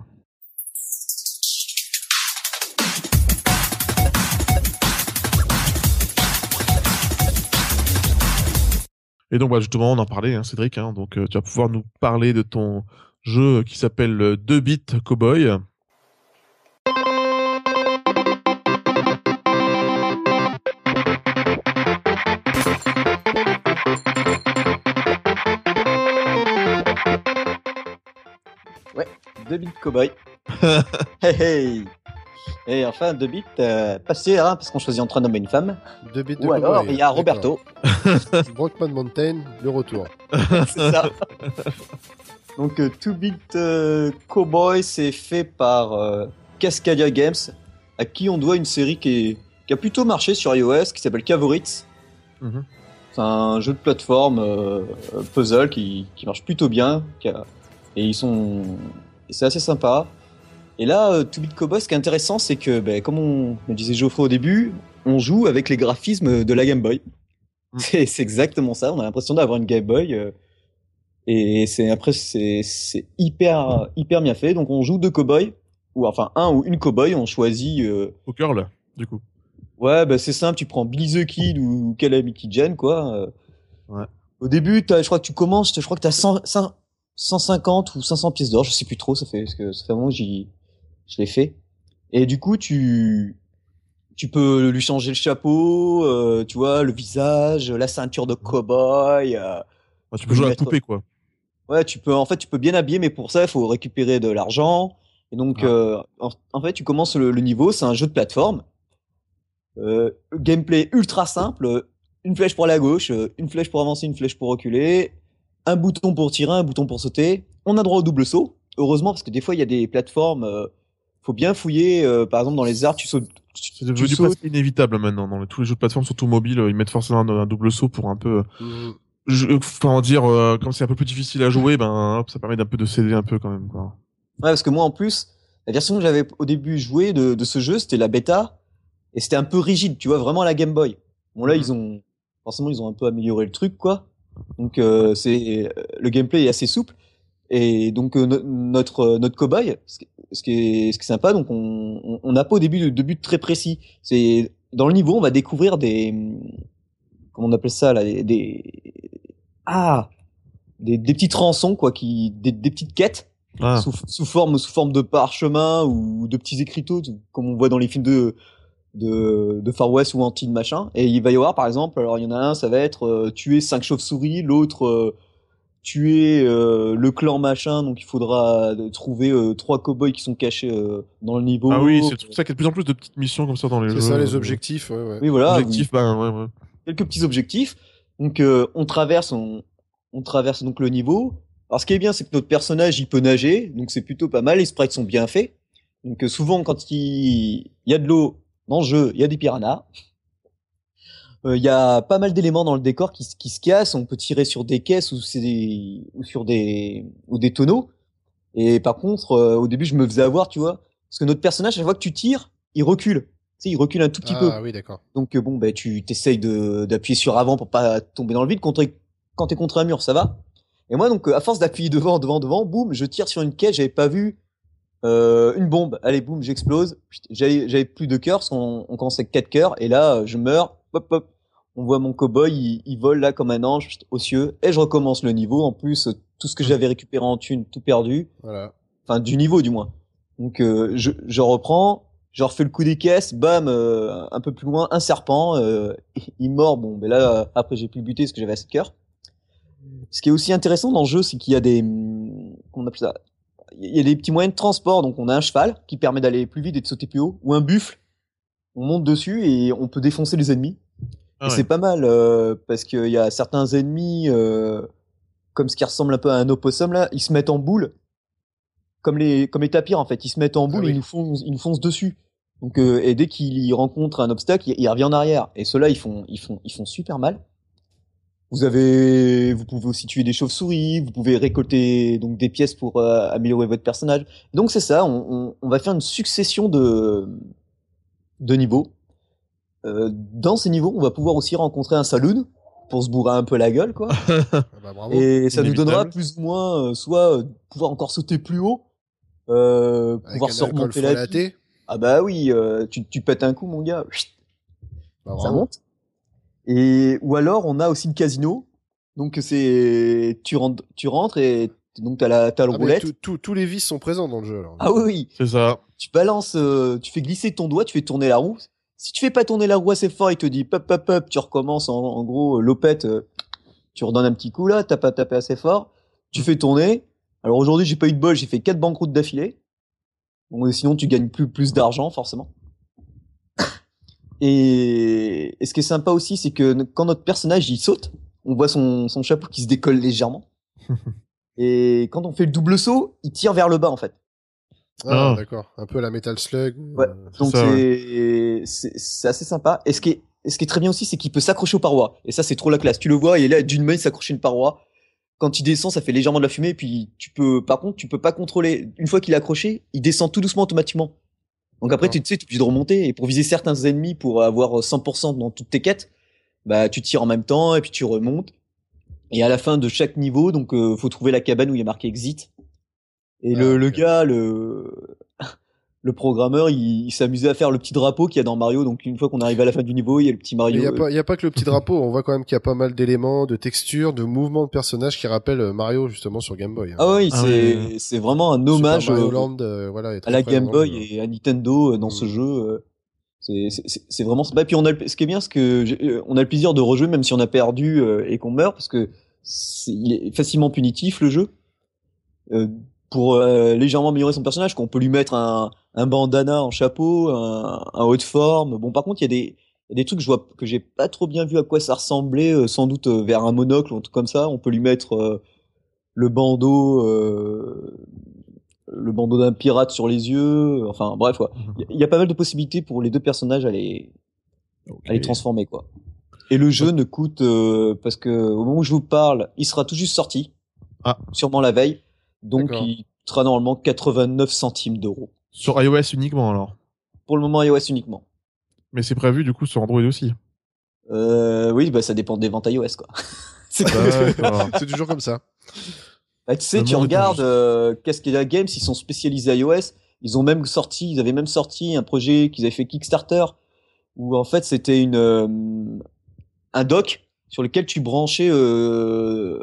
Et donc, bah, justement, on en parlait, hein, Cédric. Hein, donc, euh, tu vas pouvoir nous parler de ton jeu qui s'appelle deux bits Cowboy. deux bits Cowboy. Hey hey. Et enfin deux bits euh, passé hein, parce qu'on choisit entre un homme et une femme. deux bits de Ou alors il y a Roberto. Brockman Mountain, le retour. C'est ça. Donc euh, deux bits euh, Cowboy, c'est fait par euh, Cascadia Games, à qui on doit une série qui, est, qui a plutôt marché sur iOS, qui s'appelle Cavoritz. Mm-hmm. C'est un jeu de plateforme euh, puzzle qui, qui marche plutôt bien, qui a, et ils sont Et c'est assez sympa. Et là, euh, deux bits Cowboy, ce qui est intéressant, c'est que, ben, comme on me disait Geoffroy au début, on joue avec les graphismes de la Game Boy. Mm. C'est, c'est exactement ça. On a l'impression d'avoir une Game Boy. Euh, et c'est après, c'est, c'est hyper, hyper bien fait. Donc, on joue deux cowboys, ou enfin un ou une cowboy. On choisit. Euh... Au curl, du coup. Ouais, ben c'est simple. Tu prends Billy the Kid ou Calamity Jane, quoi. Ouais. Au début, t'as, je crois que tu commences, je crois que t'as cent, cent, cent cinquante ou cinq cents pièces d'or, je sais plus trop, ça fait, parce que ça fait un moment que j'y, je l'ai fait. Et du coup, tu, tu peux lui changer le chapeau, euh, tu vois, le visage, la ceinture de cow-boy. Euh, ah, tu peux jouer à la poupée, quoi. Ouais, tu peux, en fait, tu peux bien habiller, mais pour ça, il faut récupérer de l'argent. Et donc, ah. euh, en, en fait, tu commences le, le niveau, c'est un jeu de plateforme. Euh, gameplay ultra simple. Une flèche pour aller à gauche, une flèche pour avancer, une flèche pour reculer, un bouton pour tirer, un bouton pour sauter. On a droit au double saut. Heureusement, parce que des fois, il y a des plateformes, euh, faut bien fouiller. Euh, par exemple, dans les arbres, tu sautes. C'est devenu presque inévitable maintenant. Dans les, tous les jeux de plateforme, surtout mobiles, ils mettent forcément un, un double saut pour un peu. Mmh. Je, enfin, dire, euh, comme c'est un peu plus difficile à jouer, ben, hop, ça permet d'un peu de céder un peu quand même, quoi. Ouais, parce que moi, en plus, la version que j'avais au début joué de, de ce jeu, c'était la bêta, et c'était un peu rigide, tu vois, vraiment à la Game Boy. Bon, là, mmh. ils ont, forcément, ils ont un peu amélioré le truc, quoi. Donc, euh, c'est, le gameplay est assez souple. Et donc, euh, no- notre, notre cobaye, ce qui est, ce qui est, ce qui est sympa, donc, on, on n'a pas au début de, de but très précis. C'est, dans le niveau, on va découvrir des, comment on appelle ça, là, des, des ah, des, des petites rançons, quoi, qui, des, des petites quêtes. Ah. Sous, sous forme, sous forme de parchemin ou de petits écriteaux, comme on voit dans les films de, de, de Far West ou Antille machin. Et il va y avoir, par exemple, alors il y en a un, ça va être euh, tuer cinq chauves-souris, l'autre euh, tuer euh, le clan machin. Donc il faudra trouver euh, trois cow-boys qui sont cachés euh, dans le niveau. Ah oui, c'est tout ça qu'il y a de plus en plus de petites missions comme ça dans les c'est jeux. C'est ça les objectifs. Ouais, ouais. Oui voilà. Objectifs, oui. ben ouais, ouais. Quelques petits objectifs. Donc euh, on traverse, on, on traverse donc le niveau. Alors ce qui est bien, c'est que notre personnage il peut nager, donc c'est plutôt pas mal. Les sprites sont bien faits. Donc euh, souvent quand il, il y a de l'eau dans le jeu, il y a des piranhas. Il euh, y a pas mal d'éléments dans le décor qui, qui se cassent. On peut tirer sur des caisses ou, des, ou sur des ou des tonneaux. Et par contre, euh, au début, je me faisais avoir, tu vois, parce que notre personnage, à chaque fois que tu tires, il recule. Tu sais, il recule un tout petit ah, peu. Ah oui, d'accord. Donc euh, bon, bah tu t'essayes de d'appuyer sur avant pour pas tomber dans le vide. Contre, quand t'es contre un mur, ça va. Et moi, donc, à force d'appuyer devant, devant, devant, boum, je tire sur une caisse, j'avais pas vu euh, une bombe. Allez, boum, j'explose. J'avais, j'avais plus de cœurs, parce qu'on on commence avec quatre cœurs, et là, je meurs. Hop, hop. On voit mon cow-boy, il, il vole là comme un ange aux cieux, et je recommence le niveau. En plus, tout ce que j'avais récupéré en thunes, tout perdu. Voilà. Enfin, du niveau du moins. Donc, euh, je, je reprends, je refais le coup des caisses, bam, euh, un peu plus loin, un serpent, euh, il mord. Bon, ben là, euh, après, j'ai pu le buter parce que j'avais assez de cœur. Ce qui est aussi intéressant dans le jeu, c'est qu'il y a des, comment on appelle ça, il y a des petits moyens de transport. Donc on a un cheval qui permet d'aller plus vite et de sauter plus haut, ou un buffle. On monte dessus et on peut défoncer les ennemis. Ah et ouais. C'est pas mal euh, parce qu'il y a certains ennemis, euh, comme ce qui ressemble un peu à un opossum là, ils se mettent en boule, comme les comme les tapirs en fait. Ils se mettent en boule ah oui. et ils nous foncent, ils nous foncent dessus. Donc euh, et dès qu'ils rencontrent un obstacle, ils, ils reviennent en arrière. Et ceux-là, ils font ils font ils font super mal. Vous avez, vous pouvez aussi tuer des chauves-souris, vous pouvez récolter donc des pièces pour euh, améliorer votre personnage. Donc c'est ça, on, on, on va faire une succession de de niveaux. Euh, dans ces niveaux, on va pouvoir aussi rencontrer un saloon pour se bourrer un peu la gueule, quoi. bah, bravo. Et ça nous donnera plus ou moins, euh, soit euh, pouvoir encore sauter plus haut, euh, pouvoir se remonter la vie. Ah bah oui, euh, tu tu pètes un coup, mon gars, bah, ça monte. Et ou alors on a aussi le casino. Donc c'est tu rentres tu rentres et donc t'as la t'as le ah roulette. Tous les vices sont présents dans le jeu alors. Ah oui oui. C'est ça. Tu balances euh, tu fais glisser ton doigt, tu fais tourner la roue. Si tu fais pas tourner la roue assez fort, il te dit pop pop pop, tu recommences en, en gros lopette, euh, tu redonnes un petit coup là, t'as pas tapé assez fort, tu fais tourner. Alors aujourd'hui, j'ai pas eu de bol, j'ai fait quatre banqueroutes d'affilée. Bon, sinon tu gagnes plus plus d'argent forcément. Et, et ce qui est sympa aussi, c'est que quand notre personnage il saute, on voit son, son chapeau qui se décolle légèrement. Et quand on fait le double saut, il tire vers le bas en fait. Ah, ah. D'accord, un peu à la Metal Slug. Ouais. Donc c'est, ouais. c'est c'est assez sympa. Et ce qui est et ce qui est très bien aussi, c'est qu'il peut s'accrocher aux parois. Et ça c'est trop la classe. Tu le vois, il est là d'une main, il s'accroche à une paroi. Quand il descend, ça fait légèrement de la fumée. Et puis tu peux, par contre, tu peux pas contrôler. Une fois qu'il est accroché, il descend tout doucement automatiquement. Donc après, tu sais, tu es obligé de remonter, et pour viser certains ennemis, pour avoir cent pour cent dans toutes tes quêtes, bah, tu tires en même temps, et puis tu remontes. Et à la fin de chaque niveau, donc, euh, faut trouver la cabane où il y a marqué exit. Et ah, le, okay. le gars, le, le programmeur, il, il s'amusait à faire le petit drapeau qu'il y a dans Mario. Donc une fois qu'on arrive à la fin du niveau, il y a le petit Mario. Il y a pas, il y a pas que le petit drapeau. On voit quand même qu'il y a pas mal d'éléments, de textures, de mouvements de personnages qui rappellent Mario justement sur Game Boy. Hein. Ah oui, ah c'est oui. c'est vraiment un hommage Super Mario euh, Land, euh, voilà, à la Game Boy euh... et à Nintendo dans mmh. ce jeu. C'est c'est c'est vraiment sympa. Et puis on a le, ce qui est bien, c'est que on a le plaisir de rejouer même si on a perdu euh, et qu'on meurt parce que c'est, il est facilement punitif le jeu. Euh, pour euh, légèrement améliorer son personnage, qu'on peut lui mettre un, un bandana en chapeau, un, un haut de forme. Bon, par contre, il y a des, il y a des trucs que je vois que j'ai pas trop bien vu à quoi ça ressemblait, euh, sans doute euh, vers un monocle ou un truc comme ça. On peut lui mettre euh, le bandeau, euh, le bandeau d'un pirate sur les yeux. Enfin, bref, quoi. Il y, y a pas mal de possibilités pour les deux personnages à les, okay. à les transformer, quoi. Et le jeu ne coûte euh, parce que au moment où je vous parle, il sera tout juste sorti, ah. sûrement la veille. Donc, D'accord. il sera normalement quatre-vingt-neuf centimes d'euros. Sur iOS uniquement, alors? Pour le moment, iOS uniquement. Mais c'est prévu, du coup, sur Android aussi? Euh, oui, bah, ça dépend des ventes iOS, quoi. c'est, c'est toujours comme ça. Bah, tu sais, le tu regardes, euh, qu'est-ce qu'il y a Games, ils sont spécialisés iOS. Ils ont même sorti, ils avaient même sorti un projet qu'ils avaient fait Kickstarter, où, en fait, c'était une, euh, un dock sur lequel tu branchais, euh,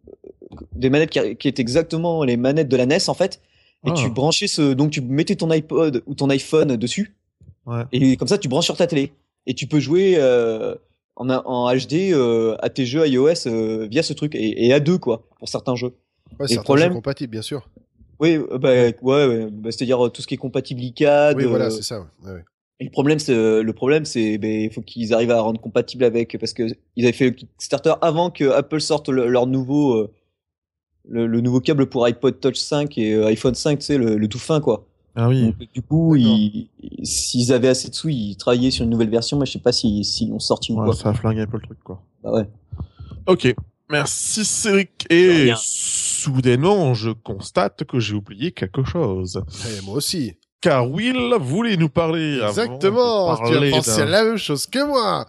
des manettes qui, qui étaient exactement les manettes de la N E S en fait, et oh. tu branchais ce, donc tu mettais ton iPod ou ton iPhone dessus, ouais. et comme ça tu branches sur ta télé, et tu peux jouer euh, en, en H D euh, à tes jeux iOS euh, via ce truc, et, et à deux quoi pour certains jeux. Ouais, certains problème... jeux compatibles bien sûr. Oui, bah ouais, ouais bah, c'est-à-dire tout ce qui est compatible I C A D. Oui, voilà, c'est ça. Ouais, ouais. Et le problème, c'est le problème, c'est ben il faut qu'ils arrivent à rendre compatible avec, parce que ils avaient fait le Kickstarter avant que Apple sorte le, leur nouveau euh, Le, le nouveau câble pour iPod Touch cinq et euh, iPhone cinq, tu sais, le, le tout fin, quoi. Ah oui. Donc, du coup, ils, ils, s'ils avaient assez de sous, ils travaillaient sur une nouvelle version, mais je sais pas s'ils si, si l'ont sorti ouais, ou quoi. Ça a flingué un peu le truc, quoi. Bah ouais. Ok. Merci, Cédric. Et soudainement, je constate que j'ai oublié quelque chose. Et moi aussi. Car Will voulait nous parler. Exactement, tu as pensé à la même chose que moi.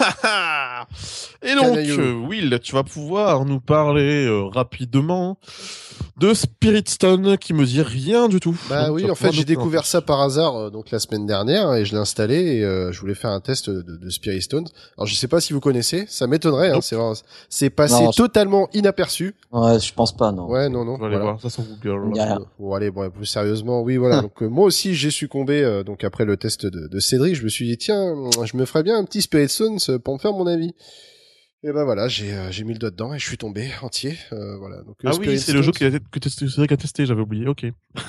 Et donc, euh, Will, tu vas pouvoir nous parler euh, rapidement de Spirit Stone, qui me dit rien du tout. Bah donc, oui, en fait, j'ai découvert ça par hasard euh, donc la semaine dernière, hein, et je l'ai installé et euh, je voulais faire un test de, de Spirit Stone. Alors, je sais pas si vous connaissez, ça m'étonnerait. Hein, c'est vraiment, c'est passé non, totalement je... inaperçu. Ouais, je pense pas, non. Ouais, non, non. On va aller voilà. voir ça sur Google. Voilà. Bon, allez, bon, plus sérieusement, oui, voilà. donc euh, moi aussi, j'ai succombé. Euh, donc après le test de, de Cédric, je me suis dit tiens, je me ferais bien un petit Spirit Stone pour me faire mon avis. Et ben voilà, j'ai euh, j'ai mis le doigt dedans et je suis tombé entier. Euh, voilà. Donc, ah oui, c'est le jeu que, que Cédric a testé, j'avais oublié. Ok.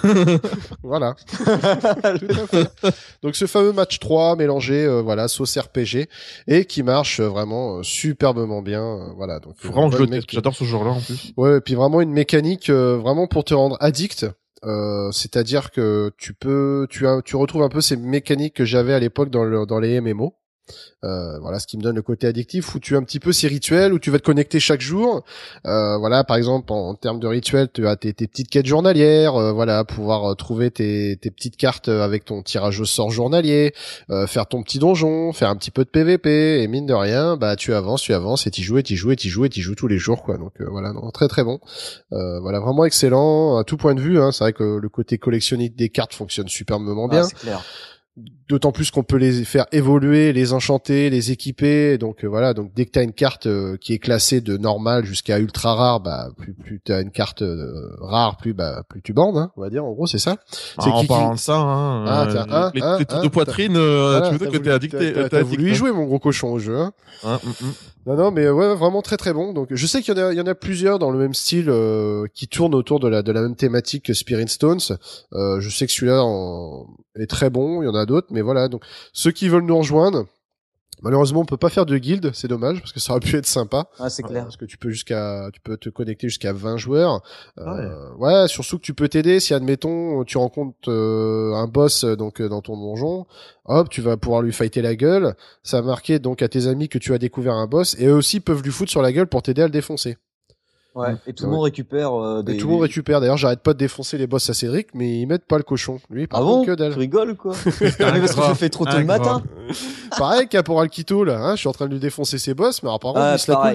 Voilà. Tout à fait. Donc ce fameux match trois mélangé, euh, voilà, sauce R P G et qui marche euh, vraiment euh, superbement bien. Euh, voilà. Donc vraiment, je mec... j'adore ce genre-là en plus. Ouais, et puis vraiment une mécanique euh, vraiment pour te rendre addict. Euh, c'est-à-dire que tu peux, tu as, tu retrouves un peu ces mécaniques que j'avais à l'époque dans le, dans les M M O. Euh, voilà, ce qui me donne le côté addictif, où tu as un petit peu ces rituels où tu vas te connecter chaque jour. Euh, voilà, par exemple, en, en termes de rituels, tu as tes, tes petites quêtes journalières, euh, voilà, pouvoir euh, trouver tes, tes petites cartes avec ton tirage au sort journalier, euh, faire ton petit donjon, faire un petit peu de P V P, et mine de rien, bah tu avances, tu avances, et t'y joues, et t'y joues, et t'y joues, et t'y joues tous les jours, quoi. Donc euh, voilà, non, très très bon. Euh, voilà, vraiment excellent à tout point de vue. Hein. C'est vrai que le côté collectionniste des cartes fonctionne superbement bien. Ah, c'est clair. D'autant plus qu'on peut les faire évoluer, les enchanter, les équiper. Donc euh, voilà, donc dès que t'as une carte euh, qui est classée de normal jusqu'à ultra rare, bah plus plus t'as une carte euh, rare, plus bah plus tu bandes, hein, on va dire. En gros, c'est ça. C'est en parlant de ça, hein, ah, euh, un, les, un, les tours un, de poitrine, euh, voilà, tu veux dire que t'es addicté. T'as, t'as, t'as voulu y jouer, mon gros cochon, au jeu. Hein. Hein, mm, mm. Non, non, mais ouais, vraiment très très bon. Donc, je sais qu'il y en a, il y en a plusieurs dans le même style euh, qui tournent autour de la de la même thématique que Spirit Stones. Euh, je sais que celui-là en... est très bon. Il y en a d'autres, mais voilà. Donc, ceux qui veulent nous rejoindre, malheureusement, on peut pas faire de guild, c'est dommage parce que ça aurait pu être sympa. Ah, c'est clair. Euh, parce que tu peux jusqu'à, tu peux te connecter jusqu'à vingt joueurs. Euh, ouais. ouais, surtout que tu peux t'aider si, admettons, tu rencontres euh, un boss donc dans ton donjon. Hop, tu vas pouvoir lui fighter la gueule. Ça va marquer donc à tes amis que tu as découvert un boss et eux aussi peuvent lui foutre sur la gueule pour t'aider à le défoncer. Ouais, et tout le ouais. monde récupère euh, des... Et tout le monde récupère. D'ailleurs, j'arrête pas de défoncer les boss à Cédric, mais ils mettent pas le cochon. Lui, par ah contre, bon que dalle. Tu rigoles ou quoi? Mais parce que je fais trop tôt le matin. Pareil, Caporal Quito, là, hein, je suis en train de lui défoncer ses boss, mais alors, par contre, ah, il se la coule douce.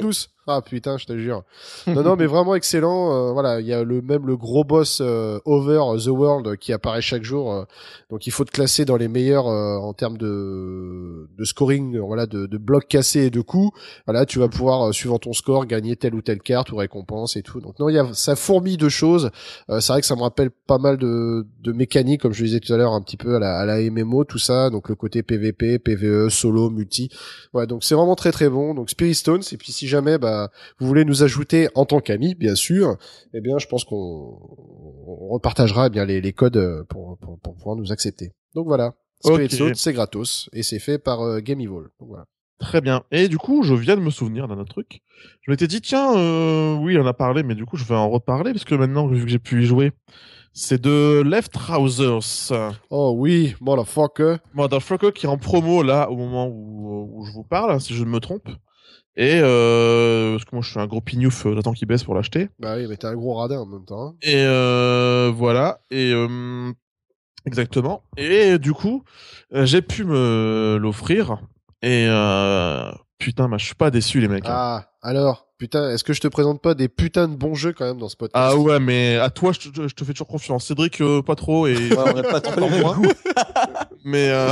Ah putain, je te jure. Non, non, mais vraiment excellent. Euh, voilà, il y a le même le gros boss euh, Over the World qui apparaît chaque jour. Euh, donc il faut te classer dans les meilleurs euh, en termes de de scoring, voilà, de, de blocs cassés et de coups. Voilà, tu vas pouvoir euh, suivant ton score gagner telle ou telle carte ou récompense et tout. Donc non, il y a ça fourmille de choses. Euh, c'est vrai que ça me rappelle pas mal de de mécaniques, comme je le disais tout à l'heure, un petit peu à la à la M M O, tout ça. Donc le côté P V P, P V E, solo, multi. Ouais, donc c'est vraiment très très bon. Donc Spirit Stones. Et puis si jamais bah vous voulez nous ajouter en tant qu'amis, bien sûr, eh bien je pense qu'on on repartagera eh bien les, les codes pour, pour pour pouvoir nous accepter. Donc voilà, Spirit okay. Stones, c'est gratos et c'est fait par euh, Game Evil. Donc voilà. Très bien. Et du coup, je viens de me souvenir d'un autre truc. Je m'étais dit tiens, euh, oui, on en a parlé, mais du coup, je vais en reparler parce que maintenant, vu que j'ai pu y jouer. C'est de Left Trousers. Oh oui, motherfucker. Motherfucker qui est en promo là au moment où, où je vous parle, si je ne me trompe. Et euh, parce que moi je suis un gros pignouf, j'attends qu'il baisse pour l'acheter. Bah oui, mais t'es un gros radin en même temps. Hein. Et euh, voilà. Et euh, exactement. Et du coup, j'ai pu me l'offrir. Et euh, putain, bah, je suis pas déçu les mecs. Ah, hein. Alors. Putain, est-ce que je te présente pas des putains de bons jeux quand même dans ce podcast? Ah ouais, mais à toi, je te, je te fais toujours confiance. Cédric, euh, pas trop et ouais, on a pas trop les goûts. Mais euh...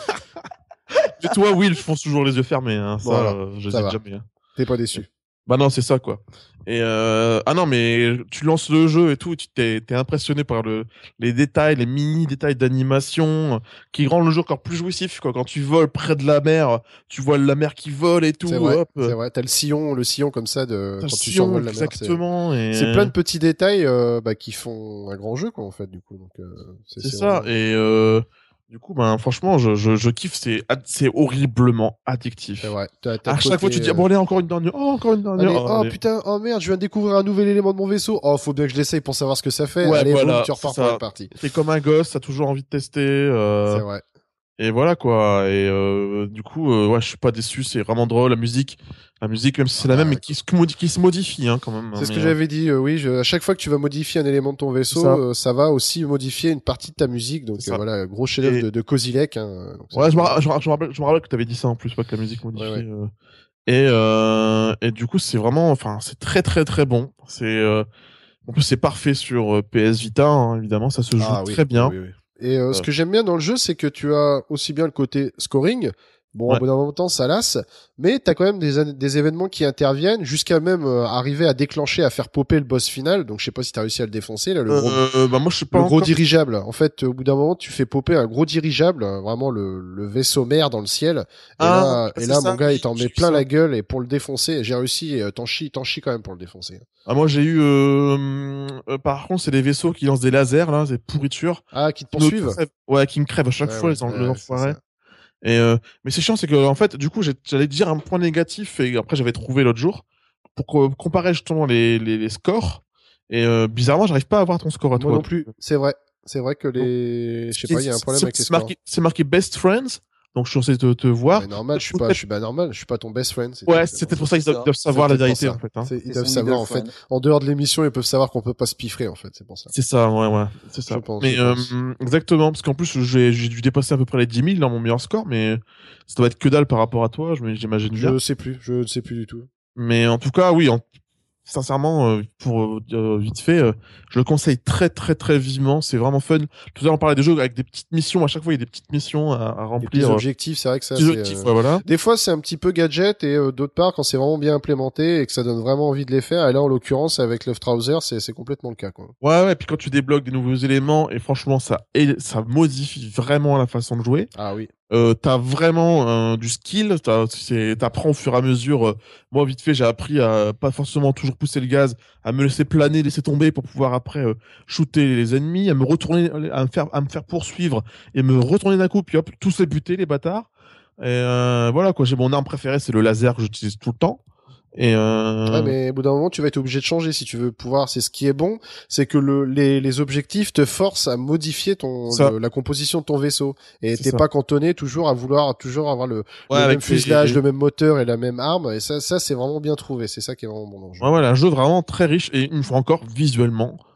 mais toi, Will, je fonce toujours les yeux fermés. Hein. Ça, voilà, euh, je sais jamais. Hein. T'es pas déçu? Bah non, c'est ça quoi. Et euh... ah non, mais tu lances le jeu et tout, tu t'es, t'es impressionné par le les détails, les mini détails d'animation qui rendent le jeu encore plus jouissif quoi. Quand tu voles près de la mer, tu vois la mer qui vole et tout. C'est vrai. Hop. C'est vrai. T'as le sillon, le sillon comme ça de T'as quand tu sillon, survoles la mer. Exactement. C'est... Et... c'est plein de petits détails euh, bah, qui font un grand jeu quoi en fait du coup. Donc euh, c'est, c'est, c'est ça. Vraiment... Et euh... du coup, ben franchement, je je, je kiffe. C'est c'est horriblement addictif. C'est vrai. T'as, t'as à chaque côté, fois, tu dis ah, bon allez encore une dernière, oh encore une dernière. Allez, oh, oh allez. putain, oh merde, je viens de découvrir un nouvel élément de mon vaisseau. Oh, faut bien que je l'essaye pour savoir ce que ça fait. Ouais, allez, voilà, boum, tu repars pour la partie. T'es comme un gosse, t'as toujours envie de tester. Euh... C'est vrai. Et voilà quoi. Et euh, du coup, euh, ouais, je suis pas déçu. C'est vraiment drôle. La musique, la musique, même si c'est ah, la même, mais qui se, qui se modifie hein, quand même. C'est hein, ce mais, que euh... j'avais dit. Euh, oui, je, à chaque fois que tu vas modifier un élément de ton vaisseau, ça, euh, ça va aussi modifier une partie de ta musique. Donc euh, voilà, gros chef-d'œuvre et... de, de Kozilek. Hein, donc ouais, je me, je, me, je, me rappelle, je me rappelle que t'avais dit ça en plus, pas que la musique modifiée. Ouais, ouais. Euh... Et euh, et du coup, c'est vraiment, enfin, c'est très très très bon. C'est euh... en plus c'est parfait sur euh, P S Vita, hein, évidemment, ça se joue ah, oui, très bien. Oui, oui, oui. Et euh, euh. ce que j'aime bien dans le jeu, c'est que tu as aussi bien le côté scoring. Bon, ouais. Au bout d'un moment, ça lasse, mais t'as quand même des, des événements qui interviennent jusqu'à même euh, arriver à déclencher, à faire popper le boss final. Donc, je sais pas si t'as réussi à le défoncer, là, le gros, euh, bah moi, je sais pas le encore. gros dirigeable. En fait, au bout d'un moment, tu fais popper un gros dirigeable, vraiment le, le vaisseau mère dans le ciel. Et ah, là, et là, ça, mon gars, il t'en met plein ça. la gueule et pour le défoncer, j'ai réussi, euh, t'en chies, t'en chies quand même pour le défoncer. Ah, moi, j'ai eu, euh, euh, par contre, c'est des vaisseaux qui lancent des lasers, là, des pourritures. Ah, qui te poursuivent? Ouais, qui me crèvent à chaque ouais, fois, ouais, les, ouais, les enfoirés. Et euh, mais c'est chiant, c'est que en fait, du coup, j'allais dire un point négatif et après j'avais trouvé l'autre jour pour comparer justement les les, les scores. Et euh, bizarrement, j'arrive pas à avoir ton score à Moi toi. Moi non plus. C'est vrai. C'est vrai que les, je sais pas, il y a un problème avec les scores. Marqué, c'est marqué best friends. Donc je suis censé te, te voir. Mais normal, je suis pas, je suis pas normal, je suis pas ton best friend. C'est ouais, c'est peut-être pour ça qu'ils doivent, doivent savoir la vérité en fait. Hein. Ils doivent savoir en fait. En dehors de l'émission, ils peuvent savoir qu'on peut pas se piffrer en fait, c'est pour ça. C'est ça, ouais, ouais, c'est ça. Je pense, mais je euh, pense. exactement, parce qu'en plus j'ai, j'ai dû dépasser à peu près les dix mille dans mon meilleur score, mais ça doit être que dalle par rapport à toi, j'imagine bien. Je sais plus, je ne sais plus du tout. Mais en tout cas, oui, en... sincèrement, euh, pour euh, vite fait, euh, je le conseille très très très vivement. C'est vraiment fun. Tout à l'heure on parlait des jeux avec des petites missions. À chaque fois, il y a des petites missions à, à remplir. Des objectifs, c'est vrai que ça. Des objectifs, euh... ouais, voilà. Des fois, c'est un petit peu gadget et euh, d'autre part, quand c'est vraiment bien implémenté et que ça donne vraiment envie de les faire. Et là, en l'occurrence, avec Love Trouser, c'est c'est complètement le cas, quoi. Ouais, ouais. Puis quand tu débloques des nouveaux éléments, et franchement, ça ça modifie vraiment la façon de jouer. Ah oui. Euh, t'as vraiment euh, du skill, t'as, c'est, t'apprends au fur et à mesure. Euh, moi, vite fait, j'ai appris à pas forcément toujours pousser le gaz, à me laisser planer, laisser tomber pour pouvoir après euh, shooter les ennemis, à me retourner, à me faire, à me faire poursuivre et me retourner d'un coup, puis hop, tous les buter les bâtards. Et euh, voilà quoi. J'ai mon arme préférée, c'est le laser que j'utilise tout le temps. Et euh... ouais, mais au bout d'un moment, tu vas être obligé de changer si tu veux pouvoir. C'est ce qui est bon, c'est que le, les, les objectifs te forcent à modifier ton le, la composition de ton vaisseau et c'est t'es ça. Pas cantonné toujours à vouloir toujours avoir le, ouais, le même fuselage, les... le même moteur et la même arme. Et ça, ça c'est vraiment bien trouvé. C'est ça qui est vraiment bon dans le jeu. Ouais, voilà, un jeu vraiment très riche et une fois encore visuellement.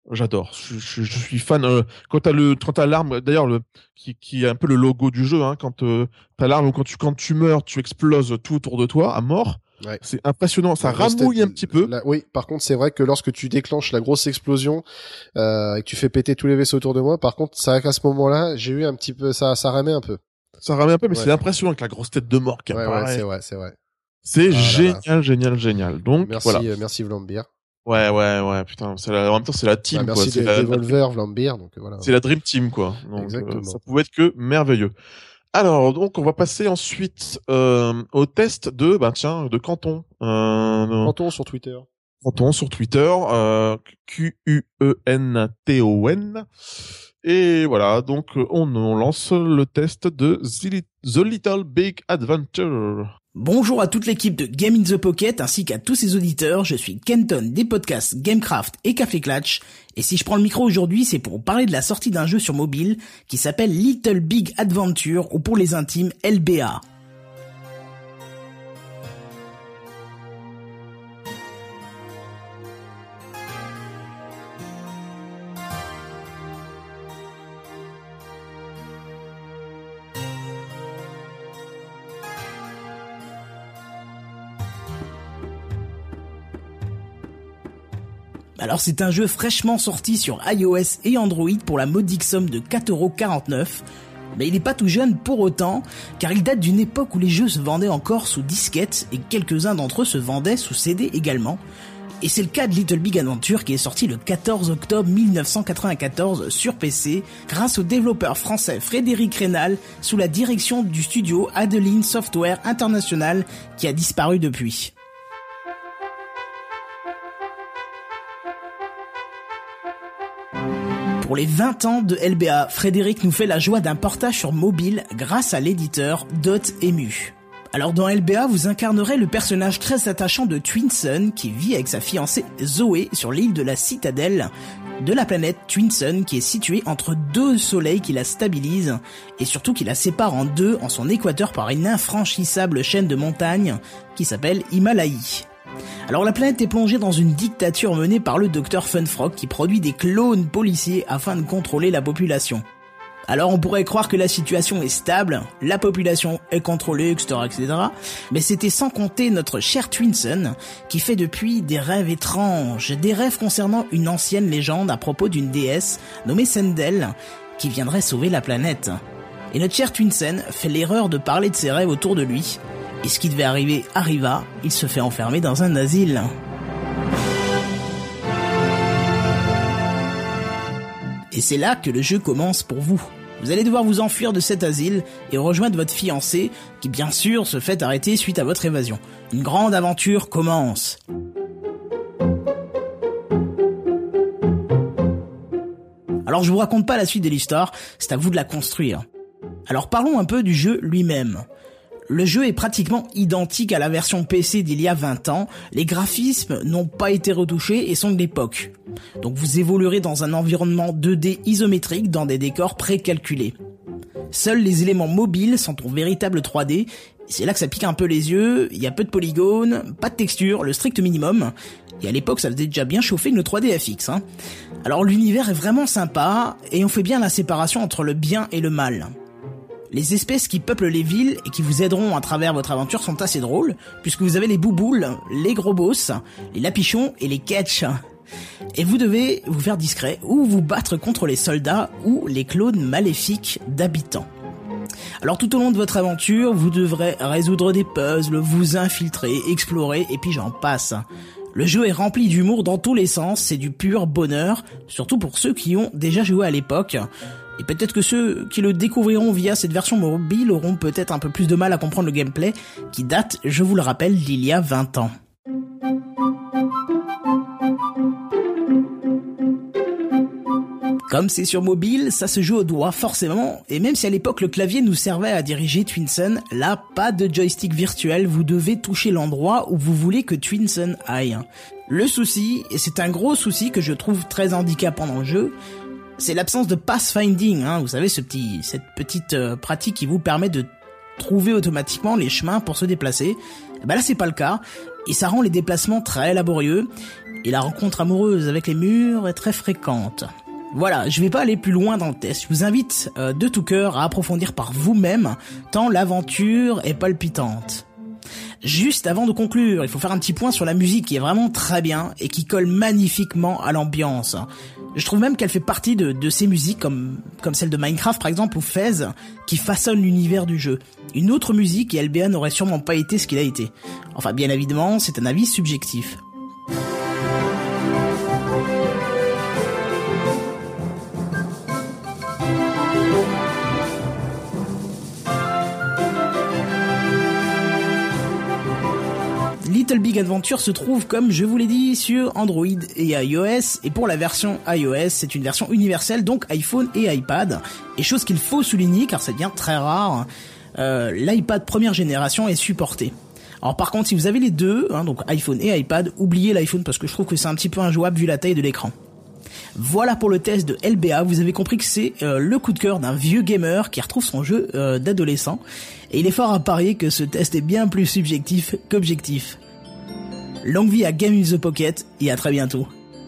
J'adore. Je, je, je suis fan. Euh, quand t'as le, quand t'as l'arme, d'ailleurs le, qui, qui est un peu le logo du jeu, hein, quand euh, t'as l'arme, quand tu, quand tu meurs, tu exploses tout autour de toi à mort. Ouais. C'est impressionnant. Ça la ramouille un petit peu. La, oui. Par contre, c'est vrai que lorsque tu déclenches la grosse explosion euh, et que tu fais péter tous les vaisseaux autour de moi, par contre, c'est vrai qu'à ce moment-là, j'ai eu un petit peu, ça, ça ramait un peu. Ça ramait un peu, mais ouais. C'est impressionnant avec la grosse tête de mort qui ouais, apparaît. Ouais, c'est vrai, c'est vrai. C'est ah, génial, là, là. génial, génial. Donc merci, voilà. Euh, merci Vlambeer. Ouais, ouais, ouais, putain, c'est la... en même temps, c'est la team, bah, merci quoi. Merci de Devolver, Vlambeer, donc voilà. C'est la Dream Team, quoi. Donc, Exactement. Euh, ça pouvait être que merveilleux. Alors, donc, on va passer ensuite euh, au test de, bah tiens, de Canton. Euh, Canton sur Twitter. Canton sur Twitter, euh, Q U E N T O N. Et voilà, donc on, on lance le test de The Little Big Adventure. Bonjour à toute l'équipe de Game in the Pocket ainsi qu'à tous ses auditeurs, je suis Kenton des podcasts Gamecraft et Café Clutch, et si je prends le micro aujourd'hui, c'est pour parler de la sortie d'un jeu sur mobile qui s'appelle Little Big Adventure, ou pour les intimes L B A. Alors c'est un jeu fraîchement sorti sur iOS et Android pour la modique somme de quatre euros quarante-neuf, mais il n'est pas tout jeune pour autant, car il date d'une époque où les jeux se vendaient encore sous disquette et quelques-uns d'entre eux se vendaient sous C D également. Et c'est le cas de Little Big Adventure qui est sorti le quatorze octobre mille neuf cent quatre-vingt-quatorze sur P C grâce au développeur français Frédéric Rénal sous la direction du studio Adeline Software International qui a disparu depuis. Pour les vingt ans de L B A, Frédéric nous fait la joie d'un portage sur mobile grâce à l'éditeur Dotemu. Alors dans L B A, vous incarnerez le personnage très attachant de Twinsun qui vit avec sa fiancée Zoé sur l'île de la Citadelle de la planète Twinsun qui est située entre deux soleils qui la stabilisent et surtout qui la séparent en deux en son équateur par une infranchissable chaîne de montagnes qui s'appelle Himalayi. Alors la planète est plongée dans une dictature menée par le docteur Funfrock qui produit des clones policiers afin de contrôler la population. Alors on pourrait croire que la situation est stable, la population est contrôlée, et cetera, et cetera. Mais c'était sans compter notre cher Twinsun qui fait depuis des rêves étranges, des rêves concernant une ancienne légende à propos d'une déesse nommée Sendel qui viendrait sauver la planète. Et notre cher Twinsun fait l'erreur de parler de ses rêves autour de lui. Et ce qui devait arriver arriva, il se fait enfermer dans un asile. Et c'est là que le jeu commence pour vous. Vous allez devoir vous enfuir de cet asile et rejoindre votre fiancé, qui bien sûr se fait arrêter suite à votre évasion. Une grande aventure commence. Alors je vous raconte pas la suite de l'histoire, c'est à vous de la construire. Alors parlons un peu du jeu lui-même. Le jeu est pratiquement identique à la version P C d'il y a vingt ans, les graphismes n'ont pas été retouchés et sont de l'époque. Donc vous évoluerez dans un environnement deux D isométrique dans des décors précalculés. Seuls les éléments mobiles sont en véritable trois D, c'est là que ça pique un peu les yeux, il y a peu de polygones, pas de texture, le strict minimum, et à l'époque ça faisait déjà bien chauffer une trois D F X. Hein. Alors l'univers est vraiment sympa, et on fait bien la séparation entre le bien et le mal. Les espèces qui peuplent les villes et qui vous aideront à travers votre aventure sont assez drôles, puisque vous avez les bouboules, les gros boss, les lapichons et les ketchs. Et vous devez vous faire discret ou vous battre contre les soldats ou les clones maléfiques d'habitants. Alors tout au long de votre aventure, vous devrez résoudre des puzzles, vous infiltrer, explorer, et puis j'en passe. Le jeu est rempli d'humour dans tous les sens, c'est du pur bonheur, surtout pour ceux qui ont déjà joué à l'époque. Et peut-être que ceux qui le découvriront via cette version mobile auront peut-être un peu plus de mal à comprendre le gameplay, qui date, je vous le rappelle, d'il y a vingt ans. Comme c'est sur mobile, ça se joue au doigt forcément, et même si à l'époque le clavier nous servait à diriger Twinsun, là, pas de joystick virtuel, vous devez toucher l'endroit où vous voulez que Twinsun aille. Le souci, et c'est un gros souci que je trouve très handicapant dans le jeu, c'est l'absence de pathfinding, hein, vous savez, ce petit, cette petite euh, pratique qui vous permet de trouver automatiquement les chemins pour se déplacer. Bah là c'est pas le cas, et ça rend les déplacements très laborieux, et la rencontre amoureuse avec les murs est très fréquente. Voilà, je vais pas aller plus loin dans le test. Je vous invite euh, de tout cœur à approfondir par vous-même, tant l'aventure est palpitante. Juste avant de conclure, il faut faire un petit point sur la musique qui est vraiment très bien et qui colle magnifiquement à l'ambiance. Je trouve même qu'elle fait partie de, de ces musiques comme, comme celle de Minecraft par exemple ou Fez qui façonnent l'univers du jeu. Une autre musique et L B A n'aurait sûrement pas été ce qu'il a été. Enfin bien évidemment, c'est un avis subjectif. Little Big Adventure se trouve, comme je vous l'ai dit, sur Android et iOS, et pour la version iOS, c'est une version universelle, donc iPhone et iPad, et chose qu'il faut souligner, car ça devient très rare, euh, l'iPad première génération est supporté. Alors par contre, si vous avez les deux, hein, donc iPhone et iPad, oubliez l'iPhone, parce que je trouve que c'est un petit peu injouable vu la taille de l'écran. Voilà pour le test de L B A, vous avez compris que c'est euh, le coup de cœur d'un vieux gamer qui retrouve son jeu euh, d'adolescent, et il est fort à parier que ce test est bien plus subjectif qu'objectif. Longue vie à Game in the Pocket et à très bientôt.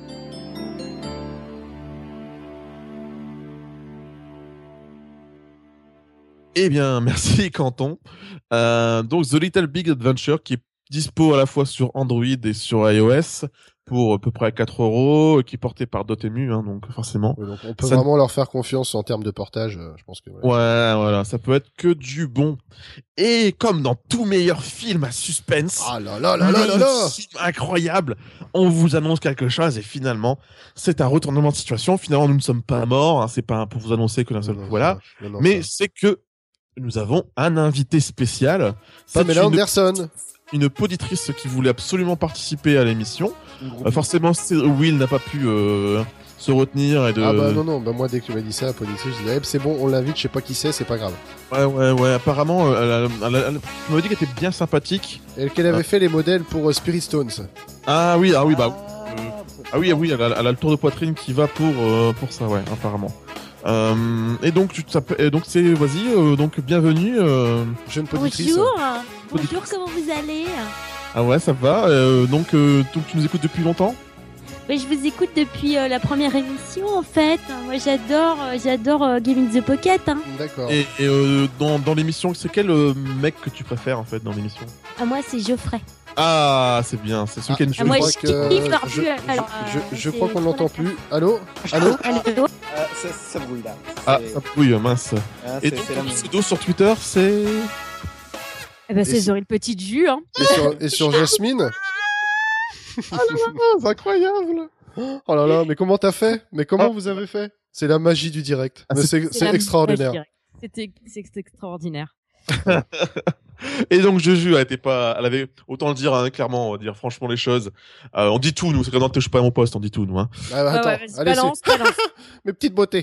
Eh bien, merci Canton. Euh, donc The Little Big Adventure qui est dispo à la fois sur Android et sur iOS pour à peu près quatre euros, qui est porté par Dotemu, hein, donc forcément. Oui, donc on peut ça... vraiment leur faire confiance en termes de portage, euh, je pense que. Ouais. ouais, voilà, ça peut être que du bon. Et comme dans tout meilleur film à suspense, ah là là là là là là, film incroyable, on vous annonce quelque chose et finalement, c'est un retournement de situation. Finalement, nous ne sommes pas morts, hein, c'est pas pour vous annoncer que d'un seul coup, voilà, non, non, mais ça. C'est que nous avons un invité spécial. Pamela Anderson. Une poditrice qui voulait absolument participer à l'émission. Euh, forcément, Will n'a pas pu euh, se retenir et de. Ah bah non non, bah moi dès que tu m'as dit ça, poditrice, je disais eh, c'est bon, on l'invite, je sais pas qui c'est, c'est pas grave. Ouais ouais ouais. Apparemment, elle, elle, elle, elle, elle m'a dit qu'elle était bien sympathique. Et qu'elle avait ah. fait les modèles pour euh, Spirit Stones. Ah oui ah oui bah euh, ah oui ah oui, elle a, elle a le tour de poitrine qui va pour euh, pour ça ouais apparemment. Euh, et donc tu t'appelles, donc c'est vas-y euh, donc bienvenue euh, jeune poditrice. Bonjour. Bonjour, comment vous allez? Ah ouais, ça va. Euh, donc, euh, donc, tu nous écoutes depuis longtemps? Oui, je vous écoute depuis euh, la première émission, en fait. Moi, j'adore, euh, j'adore euh, Game in the Pocket. Hein. D'accord. Et, et euh, dans, dans l'émission, c'est quel euh, mec que tu préfères, en fait, dans l'émission? Ah, moi, c'est Geoffrey. Ah, c'est bien. C'est celui ah, qui a une ah, moi, je, je, euh, je, je, alors, je, euh, je crois qu'on l'entend plus. Allô? Allô? Allô? euh, ça, ça brouille, là. Ah, ça brouille, mince. Ah, et donc, ton pseudo sur Twitter, c'est... Eh ben, c'est Zoril Petit Jus, hein. Et sur, et sur Jasmine? Oh là là, c'est incroyable. Oh là là, mais comment t'as fait? Mais comment ah. vous avez fait? C'est la magie du direct. Ah, c'est c'est extraordinaire. C'était c'est extraordinaire. Et donc Juju, elle était pas, elle avait autant le dire hein, clairement, on va dire franchement les choses. Euh, on dit tout nous, c'est quand on touche pas à mon poste, on dit tout nous. Hein. Ah bah, attends, ah ouais, allez, balance, balance. Mes petites beautés.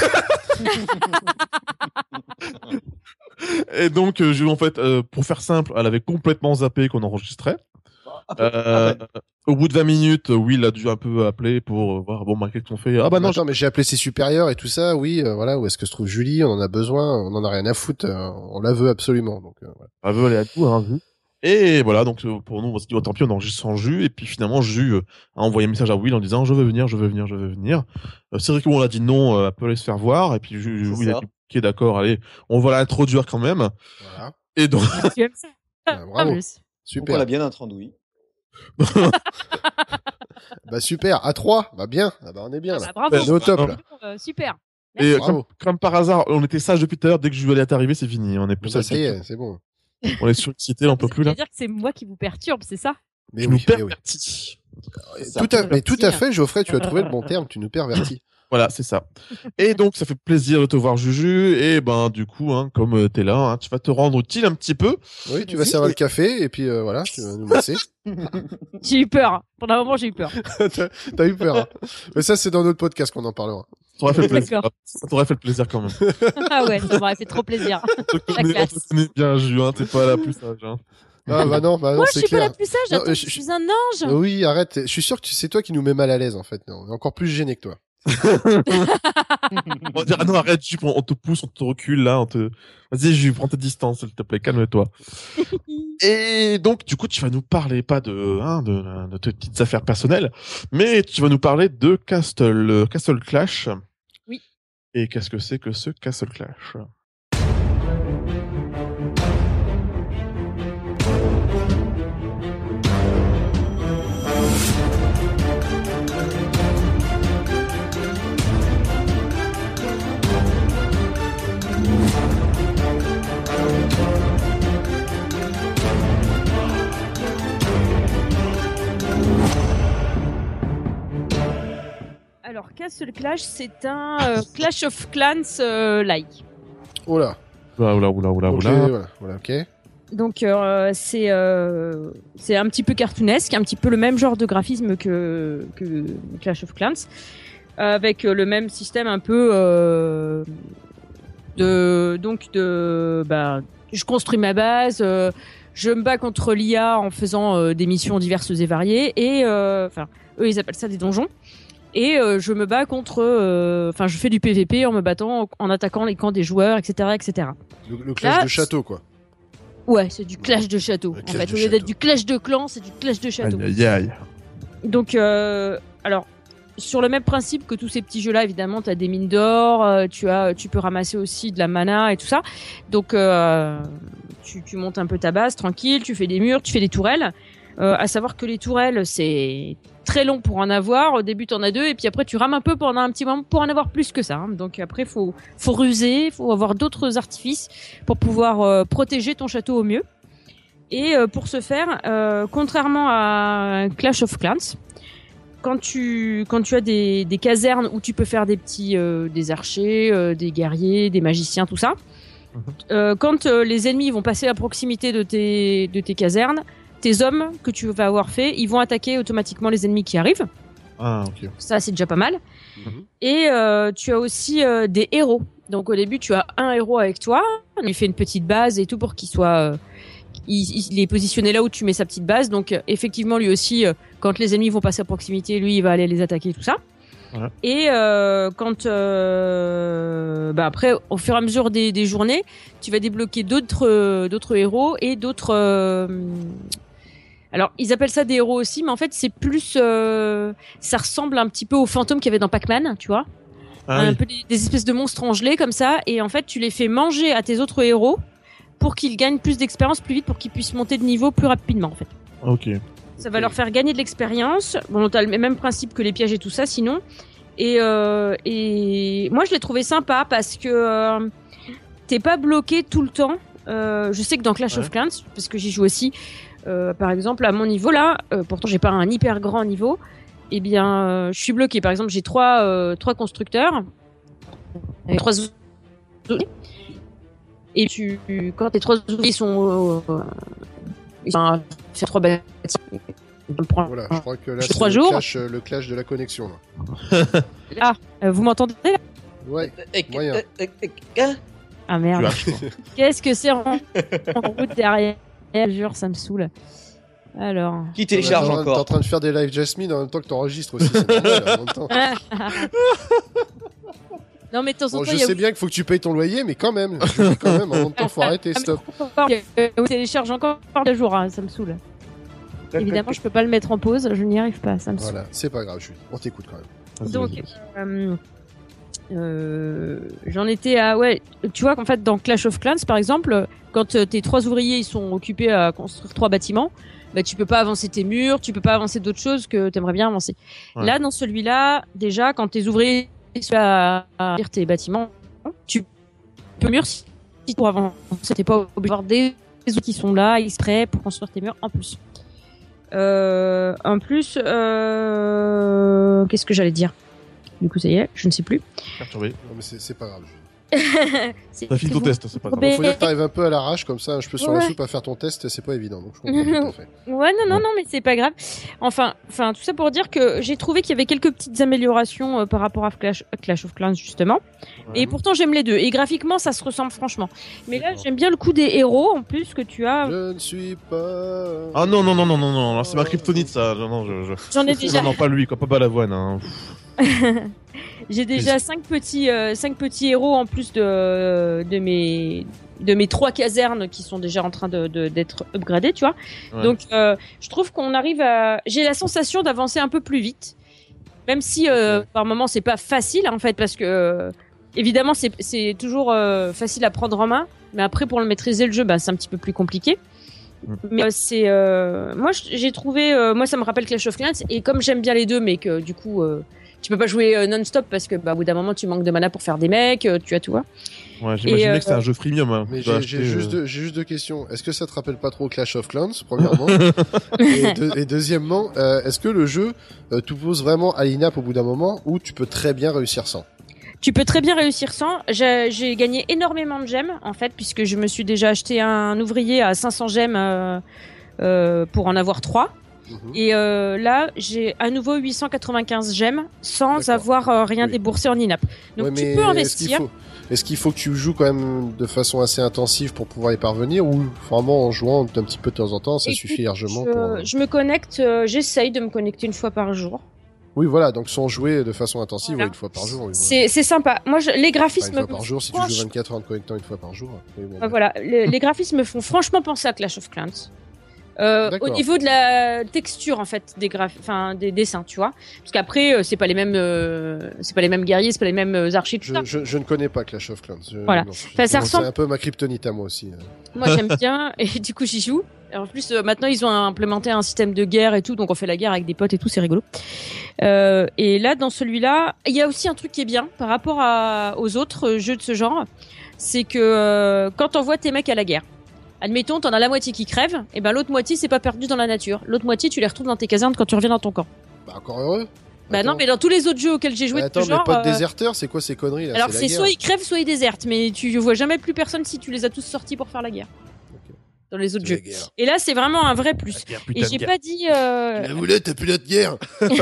Et donc Juju, en fait, euh, pour faire simple, elle avait complètement zappé qu'on enregistrait. Euh, ah ben. Au bout de vingt minutes, Will a dû un peu appeler pour voir bon bah qu'est-ce qu'on fait. Ah bah non, attends, mais j'ai appelé ses supérieurs et tout ça. Oui, euh, voilà, où est-ce que se trouve Julie? On en a besoin, on en a rien à foutre. Euh, on la veut absolument. Donc, euh, voilà. Elle veut aller à tout, hein, vu. Et voilà, donc pour nous, on s'est dit oh, tant pis, on enregistre sans Jus. Et puis finalement, Jus euh, a envoyé un message à Will en disant je veux venir, je veux venir, je veux venir. Euh, c'est vrai que bon, on a dit non, euh, elle peut aller se faire voir. Et puis Jus, Will a dit ok, d'accord, allez, on va l'introduire quand même. Voilà. Et donc. Tu aimes ça? Ouais, bravo. Super. Donc on l'a bien introduit. Bah super, à trois, bah bien, ah bah on est bien là. Ah bah, bravo. On est au top là. Euh, super. Merci. Et comme, comme par hasard, on était sage depuis tout à l'heure, dès que je allais arriver, c'est fini, on est plus bah, ça y est, c'est bon. On est surexcité, on peut plus là. C'est-à-dire que c'est moi qui vous perturbe, c'est ça? Mais je oui, nous pervertis. Oui. Tout à, mais tout à fait, Geoffrey, tu as trouvé le bon terme, tu nous pervertis. Voilà, c'est ça. Et donc, ça fait plaisir de te voir, Juju. Et ben, du coup, hein, comme euh, t'es là, hein, tu vas te rendre utile un petit peu. Oui, tu vas servir le café et puis euh, voilà, tu vas nous masser. J'ai eu peur. Pendant un moment, j'ai eu peur. t'as, t'as eu peur. Hein. Mais ça, c'est dans notre podcast qu'on en parlera. Ça t'aurait fait plaisir. Ça t'aurait fait le plaisir quand même. Ah ouais, ça m'aurait fait trop plaisir. On te connaît, on te connaît bien, Juju. Hein, t'es pas la plus sage. Hein. Ah bah non, bah non, moi c'est je suis clair. pas la plus sage, non, attends, je, je suis un ange. Oui, arrête. Je suis sûr que c'est toi qui nous mets mal à l'aise en fait. Non, on est encore plus gêné que toi. On va dire ah non arrête Jup, on te pousse, on te recule là, on te vas-y Jup, prends ta distance s'il te plaît, calme-toi. Et donc, du coup, tu vas nous parler pas de, hein, de, de tes petites affaires personnelles, mais tu vas nous parler de Castle, Castle Clash. Oui. Et qu'est-ce que c'est que ce Castle Clash? Alors, Castle Clash, c'est un euh, Clash of Clans euh, like. Oh là. Oula, oula, oula, oula, okay, oula. Voilà, voilà, ok. Donc, euh, c'est euh, c'est un petit peu cartoonesque, un petit peu le même genre de graphisme que, que Clash of Clans, avec le même système un peu euh, de donc de bah je construis ma base. Euh, je me bats contre l'I A en faisant euh, des missions diverses et variées et enfin euh, eux ils appellent ça des donjons. Et euh, je me bats contre, enfin, euh, je fais du P V P en me battant, en, en attaquant les camps des joueurs, et cetera, et cetera. Le, le clash Là, de château, quoi. Ouais, c'est du clash de château. En fait, au lieu d'être du clash de clans, c'est du clash de château. Aïe, aïe, aïe. Donc, euh, alors, sur le même principe que tous ces petits jeux-là, évidemment, t'as des mines d'or, euh, tu as, tu peux ramasser aussi de la mana et tout ça. Donc, euh, tu, tu montes un peu ta base, tranquille, tu fais des murs, tu fais des tourelles. Euh, à savoir que les tourelles, c'est très long pour en avoir. Au début, t'en as deux, et puis après, tu rames un peu pendant un petit moment pour en avoir plus que ça. Hein. Donc après, faut faut ruser, faut avoir d'autres artifices pour pouvoir euh, protéger ton château au mieux. Et euh, pour ce faire, euh, contrairement à Clash of Clans, quand tu quand tu as des des casernes où tu peux faire des petits euh, des archers, euh, des guerriers, des magiciens, tout ça. Mmh. Euh, quand euh, les ennemis vont passer à proximité de tes de tes casernes, tes hommes que tu vas avoir fait, ils vont attaquer automatiquement les ennemis qui arrivent. Ah, ok. Ça, c'est déjà pas mal. Mm-hmm. Et euh, tu as aussi euh, des héros. Donc au début, tu as un héros avec toi. Il fait une petite base et tout pour qu'il soit... Euh, il, il est positionné là où tu mets sa petite base. Donc euh, effectivement, lui aussi, euh, quand les ennemis vont passer à proximité, lui, il va aller les attaquer, tout ça. Ouais. Et euh, quand... Euh, bah après, au fur et à mesure des, des journées, tu vas débloquer d'autres, euh, d'autres héros et d'autres... Euh, Alors, ils appellent ça des héros aussi, mais en fait, c'est plus... Euh, ça ressemble un petit peu aux fantômes qu'il y avait dans Pac-Man, tu vois. Ah, un oui. peu des, des espèces de monstres en gelée, comme ça. Et en fait, tu les fais manger à tes autres héros pour qu'ils gagnent plus d'expérience plus vite, pour qu'ils puissent monter de niveau plus rapidement, en fait. Ok. Ça va leur faire gagner de l'expérience. Bon, t'as le même principe que les pièges et tout ça, sinon. Et, euh, et moi, je l'ai trouvé sympa parce que euh, t'es pas bloqué tout le temps. Euh, je sais que dans Clash ouais. of Clans, parce que j'y joue aussi... Euh, par exemple, à mon niveau là, euh, pourtant j'ai pas un hyper grand niveau, eh bien, euh, je suis bloqué. Par exemple, j'ai trois euh, trois constructeurs, et trois ouvriers. Et tu, quand tes trois ouvriers sont, euh, ils sont faire trois bâtiments. Voilà, je crois que là c'est trois le, jours. Clash, le clash de la connexion. Là. Ah, euh, vous m'entendez là? Ouais. Moyen. Ah merde. Qu'est-ce que c'est en, en route derrière? Je jure, ça me saoule. Alors. Qui télécharge encore? T'es en train de faire des live Jasmine en même temps que t'enregistres aussi. C'est normal, en même temps. Non, mais de temps en bon, temps, je sais bien qu'il faut que tu payes ton loyer, mais quand même, je dis quand même, en même temps, faut arrêter, stop. Vous télécharge encore deux jours, hein, ça me saoule. Évidemment, je peux pas le mettre en pause, je n'y arrive pas, ça me saoule. Voilà, c'est pas grave, Julie. On t'écoute quand même. Donc, euh, euh, j'en étais à, ouais, tu vois qu'en fait, dans Clash of Clans, par exemple, quand euh, tes trois ouvriers, ils sont occupés à construire trois bâtiments, bah, tu peux pas avancer tes murs, tu peux pas avancer d'autres choses que t'aimerais bien avancer. Ouais. Là, dans celui-là, déjà, quand tes ouvriers sont à construire tes bâtiments, tu peux murs si pour avancer, t'es pas obligé d'avoir des outils qui sont là, exprès pour construire tes murs en plus. Euh, en plus, euh, qu'est-ce que j'allais dire? Du coup, ça y est, je ne sais plus. Perturbé. Non, mais c'est, c'est pas grave. T'as fini ton test, c'est pas grave. Il faut dire que t'arrives un peu à l'arrache, comme ça, un cheveu sur ouais. la soupe à faire ton test, c'est pas évident, donc je comprends tout à fait. Ouais, non, non, non, mais c'est pas grave. Enfin, enfin, tout ça pour dire que j'ai trouvé qu'il y avait quelques petites améliorations euh, par rapport à Clash, Clash of Clans, justement. Ouais. Et pourtant, j'aime les deux. Et graphiquement, ça se ressemble franchement. Mais là, j'aime bien le coup des héros, en plus, que tu as. Je ne suis pas... Ah non, non, non, non, non, non, c'est ma kryptonite, ça. Non, non, je, je... J'en ai déjà. Non, non, pas lui, quoi, pas Balavoine, hein. J'ai déjà cinq petits, euh, cinq petits héros en plus de, de mes, de mes trois casernes qui sont déjà en train de, de d'être upgradées, tu vois. Ouais. Donc, euh, je trouve qu'on arrive à, j'ai la sensation d'avancer un peu plus vite, même si euh, ouais. par moment c'est pas facile en fait, parce que euh, évidemment c'est c'est toujours euh, facile à prendre en main, mais après pour le maîtriser le jeu, bah c'est un petit peu plus compliqué. Mais euh, c'est euh, moi j'ai trouvé euh, moi ça me rappelle Clash of Clans, et comme j'aime bien les deux mais que du coup euh, tu peux pas jouer euh, non-stop parce que bah au bout d'un moment tu manques de mana pour faire des mecs, euh, tu as tout vois. Ouais, j'imaginais euh, que c'est un jeu freemium hein. Mais j'ai, j'ai juste euh... deux, j'ai juste deux questions. Est-ce que ça te rappelle pas trop Clash of Clans premièrement et, de, et deuxièmement euh, est-ce que le jeu euh, te pose vraiment à l'in-app au bout d'un moment ou tu peux très bien réussir sans? Tu peux très bien réussir sans. J'ai, j'ai gagné énormément de gemmes, en fait, puisque je me suis déjà acheté un ouvrier à cinq cents gemmes euh, euh, pour en avoir trois. Mmh. Et euh, là, j'ai à nouveau huit cent quatre-vingt-quinze gemmes sans D'accord. avoir euh, rien oui. déboursé en in-app. Donc ouais, tu peux investir. Est-ce qu'il, faut, est-ce qu'il faut que tu joues quand même de façon assez intensive pour pouvoir y parvenir, ou vraiment en jouant un petit peu de temps en temps, ça Écoute, suffit largement je, pour... Je me connecte, euh, j'essaye de me connecter une fois par jour. Oui, voilà, donc sans jouer de façon intensive, voilà. ouais, une fois par jour. Oui, c'est, voilà. c'est sympa. Moi, je, les graphismes. Enfin, une fois par jour, si tu joues vingt-quatre heures en te connectant une fois par jour. Oui, bon, ah, voilà, les, les graphismes me font franchement penser à Clash of Clans. Euh, au niveau de la texture en fait des graph... enfin des dessins, tu vois, parce qu'après euh, c'est pas les mêmes, euh, c'est pas les mêmes guerriers, c'est pas les mêmes euh, archers. Tout je, ça. Je, je ne connais pas Clash of Clans. Je, voilà. Non, enfin, ça ressemble. C'est un peu ma kryptonite à moi aussi. Moi j'aime bien et du coup j'y joue. Et en plus euh, maintenant ils ont implémenté un système de guerre et tout, donc on fait la guerre avec des potes et tout, c'est rigolo. Euh, et là dans celui-là, il y a aussi un truc qui est bien par rapport à, aux autres jeux de ce genre, c'est que euh, quand t'envoies tes mecs à la guerre. Admettons, t'en as la moitié qui crève, et ben l'autre moitié c'est pas perdu dans la nature. L'autre moitié tu les retrouves dans tes casernes quand tu reviens dans ton camp. Bah encore heureux. Bah attends. Non, mais dans tous les autres jeux auxquels j'ai joué bah, attends, de ce genre. Attends, mais pas de euh... déserteurs, c'est quoi ces conneries là? Alors c'est, c'est soit ils crèvent, soit ils désertent, mais tu vois jamais plus personne si tu les as tous sortis pour faire la guerre. Okay. Dans les autres c'est jeux. Et là c'est vraiment un vrai plus. Guerre, et j'ai pas dit. Euh... Tu la voulais, t'as plus notre guerre.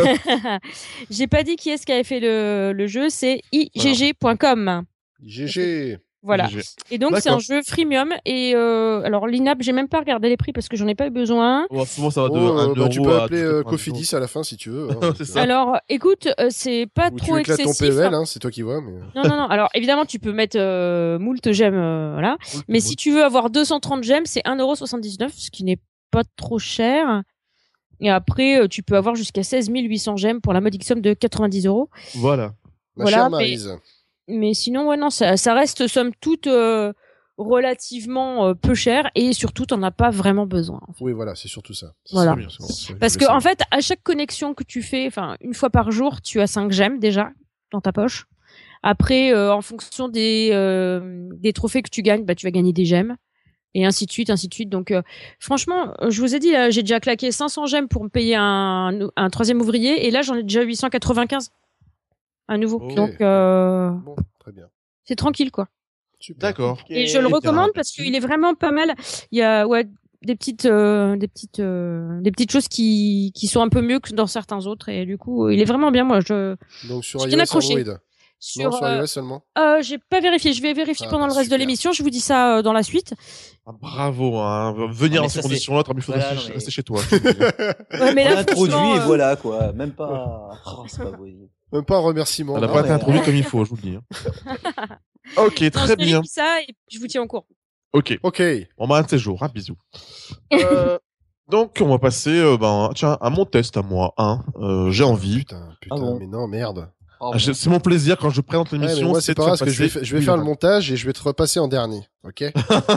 J'ai pas dit qui est-ce qui avait fait le, le jeu, c'est i g g point com. I G G. Voilà. G G. Et donc, D'accord. c'est un jeu freemium. Et euh, alors, l'in-app, j'ai même pas regardé les prix parce que j'en ai pas eu besoin. Oh, souvent, ça va de oh, un bah, euro tu peux à appeler euh, Cofidis à la fin si tu veux. Hein. C'est ça. Alors, écoute, euh, c'est pas Ou trop tu éclates excessif. ton P E L, hein, c'est toi qui vois. Mais... Non, non, non. Alors, évidemment, tu peux mettre euh, moult gemmes, euh, voilà. Moult, mais moult. Si tu veux avoir deux cent trente gemmes, c'est un euro soixante-dix-neuf, ce qui n'est pas trop cher. Et après, tu peux avoir jusqu'à seize mille huit cents gemmes pour la modique somme de quatre-vingt-dix euros. Voilà. Ma voilà, chère Maryse. Mais... Mais sinon, ouais, non, ça, ça reste somme toute euh, relativement euh, peu cher et surtout, t'en as pas vraiment besoin. En fait. Oui, voilà, c'est surtout ça. C'est voilà. Bien, c'est c'est Parce que en fait, à chaque connexion que tu fais, enfin, une fois par jour, tu as cinq gemmes déjà dans ta poche. Après, euh, en fonction des euh, des trophées que tu gagnes, bah, tu vas gagner des gemmes et ainsi de suite, ainsi de suite. Donc, euh, franchement, je vous ai dit là, j'ai déjà claqué cinq cents gemmes pour me payer un un troisième ouvrier et là, j'en ai déjà huit cent quatre-vingt-quinze. À nouveau. Okay. Donc, euh... bon, très bien. C'est tranquille, quoi. Super. D'accord. Et je le recommande parce qu'il est vraiment pas mal. Il y a, ouais, des petites, euh, des petites, euh, des petites choses qui, qui sont un peu mieux que dans certains autres. Et du coup, il est vraiment bien, moi. Je, Donc, sur iOS, Android. Sur, non, sur iOS seulement. Euh, j'ai pas vérifié. Je vais vérifier ah, pendant bah, le reste super. de l'émission. Je vous dis ça euh, dans la suite. Ah, bravo, hein. Venir dans ces conditions-là, t'aurais mieux fait voilà, rester, mais... rester chez toi. Ouais, mais là, on introduit et euh... voilà, quoi. Même pas, oh, c'est pas possible. Même pas un remerciement. Elle n'a pas été introduite comme il faut, je vous le dis. Hein. Ok, non, très bien. Je ça et je vous tiens au courant. Ok. Ok. On m'a un de ces jours, hein, bisous. euh, donc, on va passer, euh, ben, tiens, à mon test à moi, hein. Euh, j'ai envie. Putain, putain, ah bon. mais non, merde. Oh, ah, c'est mon plaisir quand je présente l'émission. Ouais, moi, c'est, c'est pas grave, parce que je vais, je vais faire le montage et je vais te repasser en dernier. Ok?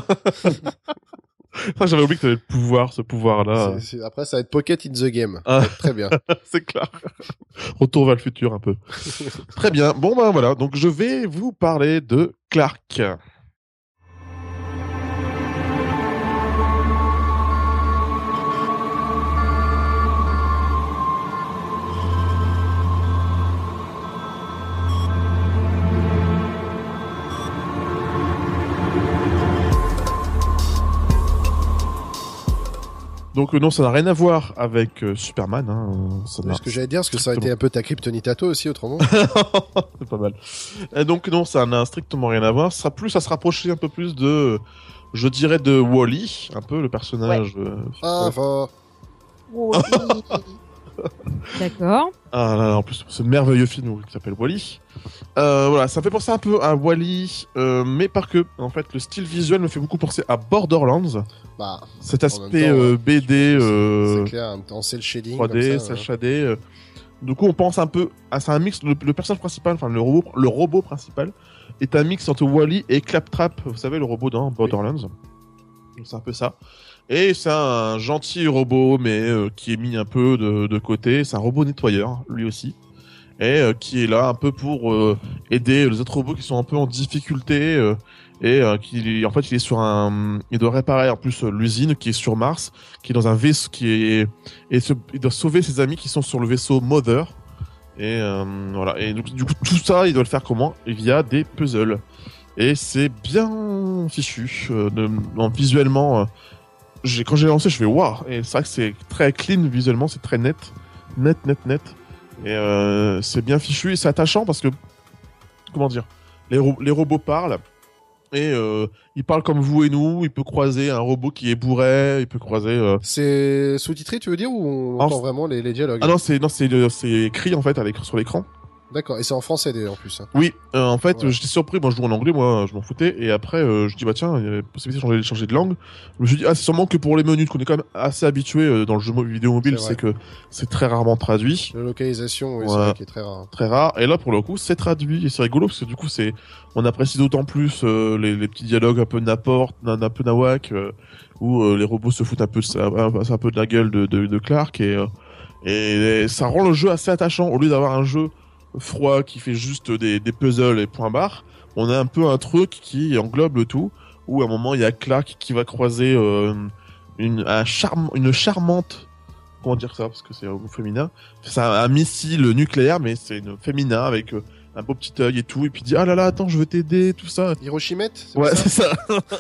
J'avais oublié que t'avais le pouvoir, ce pouvoir-là. C'est, c'est, après, ça va être Pocket in the Game. Ah. Très bien. C'est clair. Retour vers le futur, un peu. Très bien. Bon, ben voilà. Donc, je vais vous parler de Clark. Donc non, ça n'a rien à voir avec euh, Superman. Hein. Ça c'est ce que j'allais dire, parce que ça a été un peu ta kryptonite à toi aussi, autrement. C'est pas mal. Et donc non, ça n'a strictement rien à voir. Ça sera plus à se rapprocher un peu plus de, je dirais, de Wall-E, un peu le personnage. Ouais. Euh, ah, fort. Wall-E. D'accord. Ah là là, en plus, ce merveilleux film qui s'appelle Wall-E. Euh, voilà, ça me fait penser un peu à Wall-E, euh, mais pas que. En fait, le style visuel me fait beaucoup penser à Borderlands. Bah, cet aspect temps, euh, B D, euh, c'est clair, en cel shading, trois D, ça, H D. Euh. Du coup, on pense un peu à c'est un mix. Le, le personnage principal, enfin le robot, le robot principal, est un mix entre Wall-E et Claptrap. Vous savez, le robot dans Borderlands. Oui. C'est un peu ça. Et c'est un gentil robot, mais euh, qui est mis un peu de, de côté. C'est un robot nettoyeur, lui aussi. Et euh, qui est là un peu pour euh, aider les autres robots qui sont un peu en difficulté. Euh, et euh, qui, en fait, il est sur un... Il doit réparer en plus l'usine qui est sur Mars, qui est dans un vaisseau qui est... Et ce... il doit sauver ses amis qui sont sur le vaisseau Mother. Et euh, voilà. Et donc, du coup, tout ça, il doit le faire comment? Via des puzzles. Et c'est bien fichu. Euh, de... non, visuellement... Euh, J'ai, quand j'ai lancé, je fais waouh, et c'est vrai que c'est très clean visuellement, c'est très net, net, net, net, et euh, c'est bien fichu et c'est attachant parce que, comment dire, les, ro- les robots parlent et euh, ils parlent comme vous et nous. Il peut croiser un robot qui est bourré, il peut croiser. Euh... C'est sous-titré, tu veux dire, ou on entend vraiment les, les dialogues? Ah non, c'est non, c'est c'est écrit en fait avec sur l'écran. D'accord, et c'est en français d'ailleurs en plus. Hein. Oui, euh, en fait, ouais. j'étais surpris. Moi, je joue en anglais, moi, je m'en foutais. Et après, euh, je dis bah tiens, il y a possibilité de changer, changer de langue. Je me suis dit ah, c'est sûrement que pour les menus qu'on est quand même assez habitué euh, dans le jeu vidéo mobile, c'est, c'est que c'est très rarement traduit. La localisation, oui, ouais, c'est vrai qui est très rare. Très rare. Et là, pour le coup, c'est traduit et c'est rigolo parce que du coup, c'est on apprécie d'autant plus euh, les, les petits dialogues un peu n'importe, un peu nawak, euh, où euh, les robots se foutent un peu, un, un peu de la gueule de, de, de Clark et euh, et ça rend le jeu assez attachant au lieu d'avoir un jeu froid qui fait juste des, des puzzles et point barre. On a un peu un truc qui englobe le tout, où à un moment il y a Clark qui va croiser euh, une, un charme, une charmante, comment dire ça parce que c'est au féminin, c'est un, un missile nucléaire mais c'est une féminin avec euh, un beau petit œil et tout, et puis il dit ah là là attends je veux t'aider tout ça. Hiroshimette. Ouais c'est ça.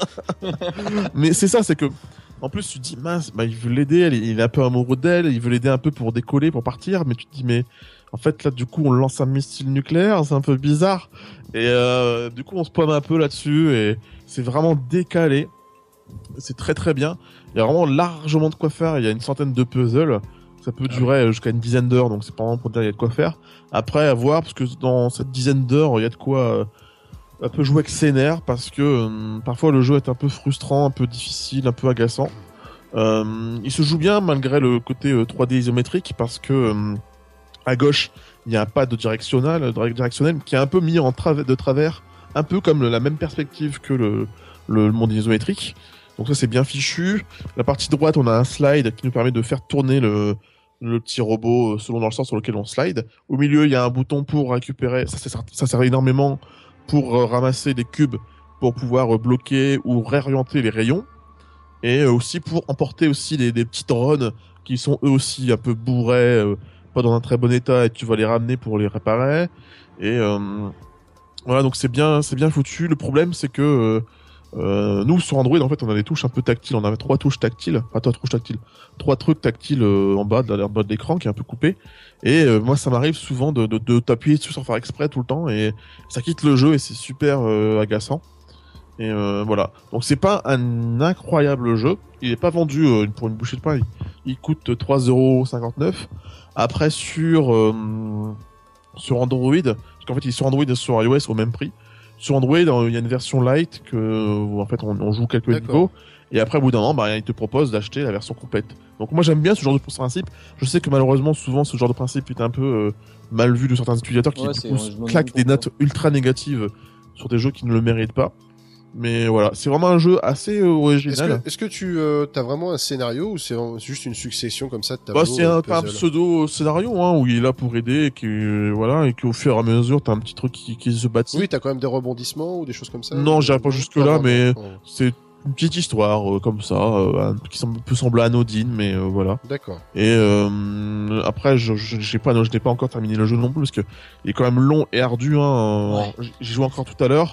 Mais c'est ça, c'est que en plus tu te dis mince, bah il veut l'aider, il est un peu amoureux d'elle, il veut l'aider un peu pour décoller, pour partir, mais tu te dis mais en fait, là, du coup, on lance un missile nucléaire, c'est un peu bizarre. Et euh, du coup, on se pomme un peu là-dessus et c'est vraiment décalé. C'est très très bien. Il y a vraiment largement de quoi faire. Il y a une centaine de puzzles. Ça peut durer jusqu'à une dizaine d'heures, donc c'est pas vraiment pour dire il y a de quoi faire. Après, à voir, parce que dans cette dizaine d'heures, il y a de quoi euh, un peu jouer avec ses nerfs, parce que euh, parfois le jeu est un peu frustrant, un peu difficile, un peu agaçant. Euh, il se joue bien malgré le côté euh, trois D isométrique, parce que euh, à gauche, il y a un pad directionnel, directionnel qui est un peu mis en tra- de travers, un peu comme le, la même perspective que le, le, le monde isométrique. Donc ça, c'est bien fichu. La partie droite, on a un slide qui nous permet de faire tourner le, le petit robot selon dans le sens sur lequel on slide. Au milieu, il y a un bouton pour récupérer. Ça, ça, ça sert énormément pour euh, ramasser des cubes pour pouvoir euh, bloquer ou réorienter les rayons. Et euh, aussi pour emporter aussi des, des petits drones qui sont eux aussi un peu bourrés, euh, pas dans un très bon état, et tu vas les ramener pour les réparer. Et euh, voilà, donc c'est bien, c'est bien foutu. Le problème, c'est que euh, euh, nous sur Android, en fait, on a des touches un peu tactiles. On avait trois touches tactiles, enfin trois touches tactiles, trois trucs tactiles euh, en bas de, en bas de l'écran qui est un peu coupé. Et euh, moi, ça m'arrive souvent de, de, de t'appuyer dessus sans faire exprès tout le temps, et ça quitte le jeu et c'est super euh, agaçant. Et euh, voilà. Donc c'est pas un incroyable jeu. Il est pas vendu euh, pour une bouchée de pain. Il, il coûte trois euros cinquante-neuf. Après sur euh, sur Android, parce qu'en fait il est sur Android et sur iOS au même prix. Sur Android, il y a une version light que où en fait on, on joue quelques D'accord. niveaux. Et après au bout d'un an, bah il te propose d'acheter la version complète. Donc moi j'aime bien ce genre de principe. Je sais que malheureusement souvent ce genre de principe est un peu euh, mal vu de certains utilisateurs qui ouais, du coup ouais, claquent des notes ultra négatives sur des jeux qui ne le méritent pas. Mais voilà, c'est vraiment un jeu assez euh, original. Est-ce que, est-ce que tu euh, as vraiment un scénario ou c'est juste une succession comme ça de tableaux? Bah c'est un, un pseudo scénario hein, où il est là pour aider et qui euh, voilà et qu'au fur et à mesure t'as un petit truc qui, qui se bâtit. Oui, t'as quand même des rebondissements ou des choses comme ça. Non, j'irai pas jusque là, mais oh. c'est une petite histoire euh, comme ça euh, qui semble, peut sembler anodine, mais euh, voilà. D'accord. Et euh, après, je je j'ai pas, non, je n'ai pas encore terminé le jeu non plus parce que il est quand même long et ardu. Hein. Ouais. J'ai joué encore tout à l'heure.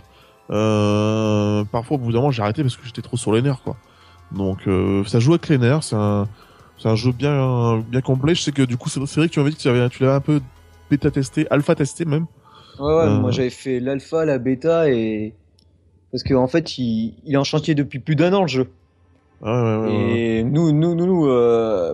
Euh, parfois au bout d'un moment j'ai arrêté parce que j'étais trop sur les nerfs quoi. Donc euh, ça joue avec les nerfs, c'est un c'est un jeu bien bien complet. Je sais que du coup c'est vrai que tu m'avais dit que tu l'avais tu l'avais un peu bêta testé, alpha testé même. Ouais ouais, euh... moi j'avais fait l'alpha, la bêta et parce que en fait il il est en chantier depuis plus d'un an le jeu. Ouais, ouais, ouais, et ouais. nous nous nous, nous euh... moi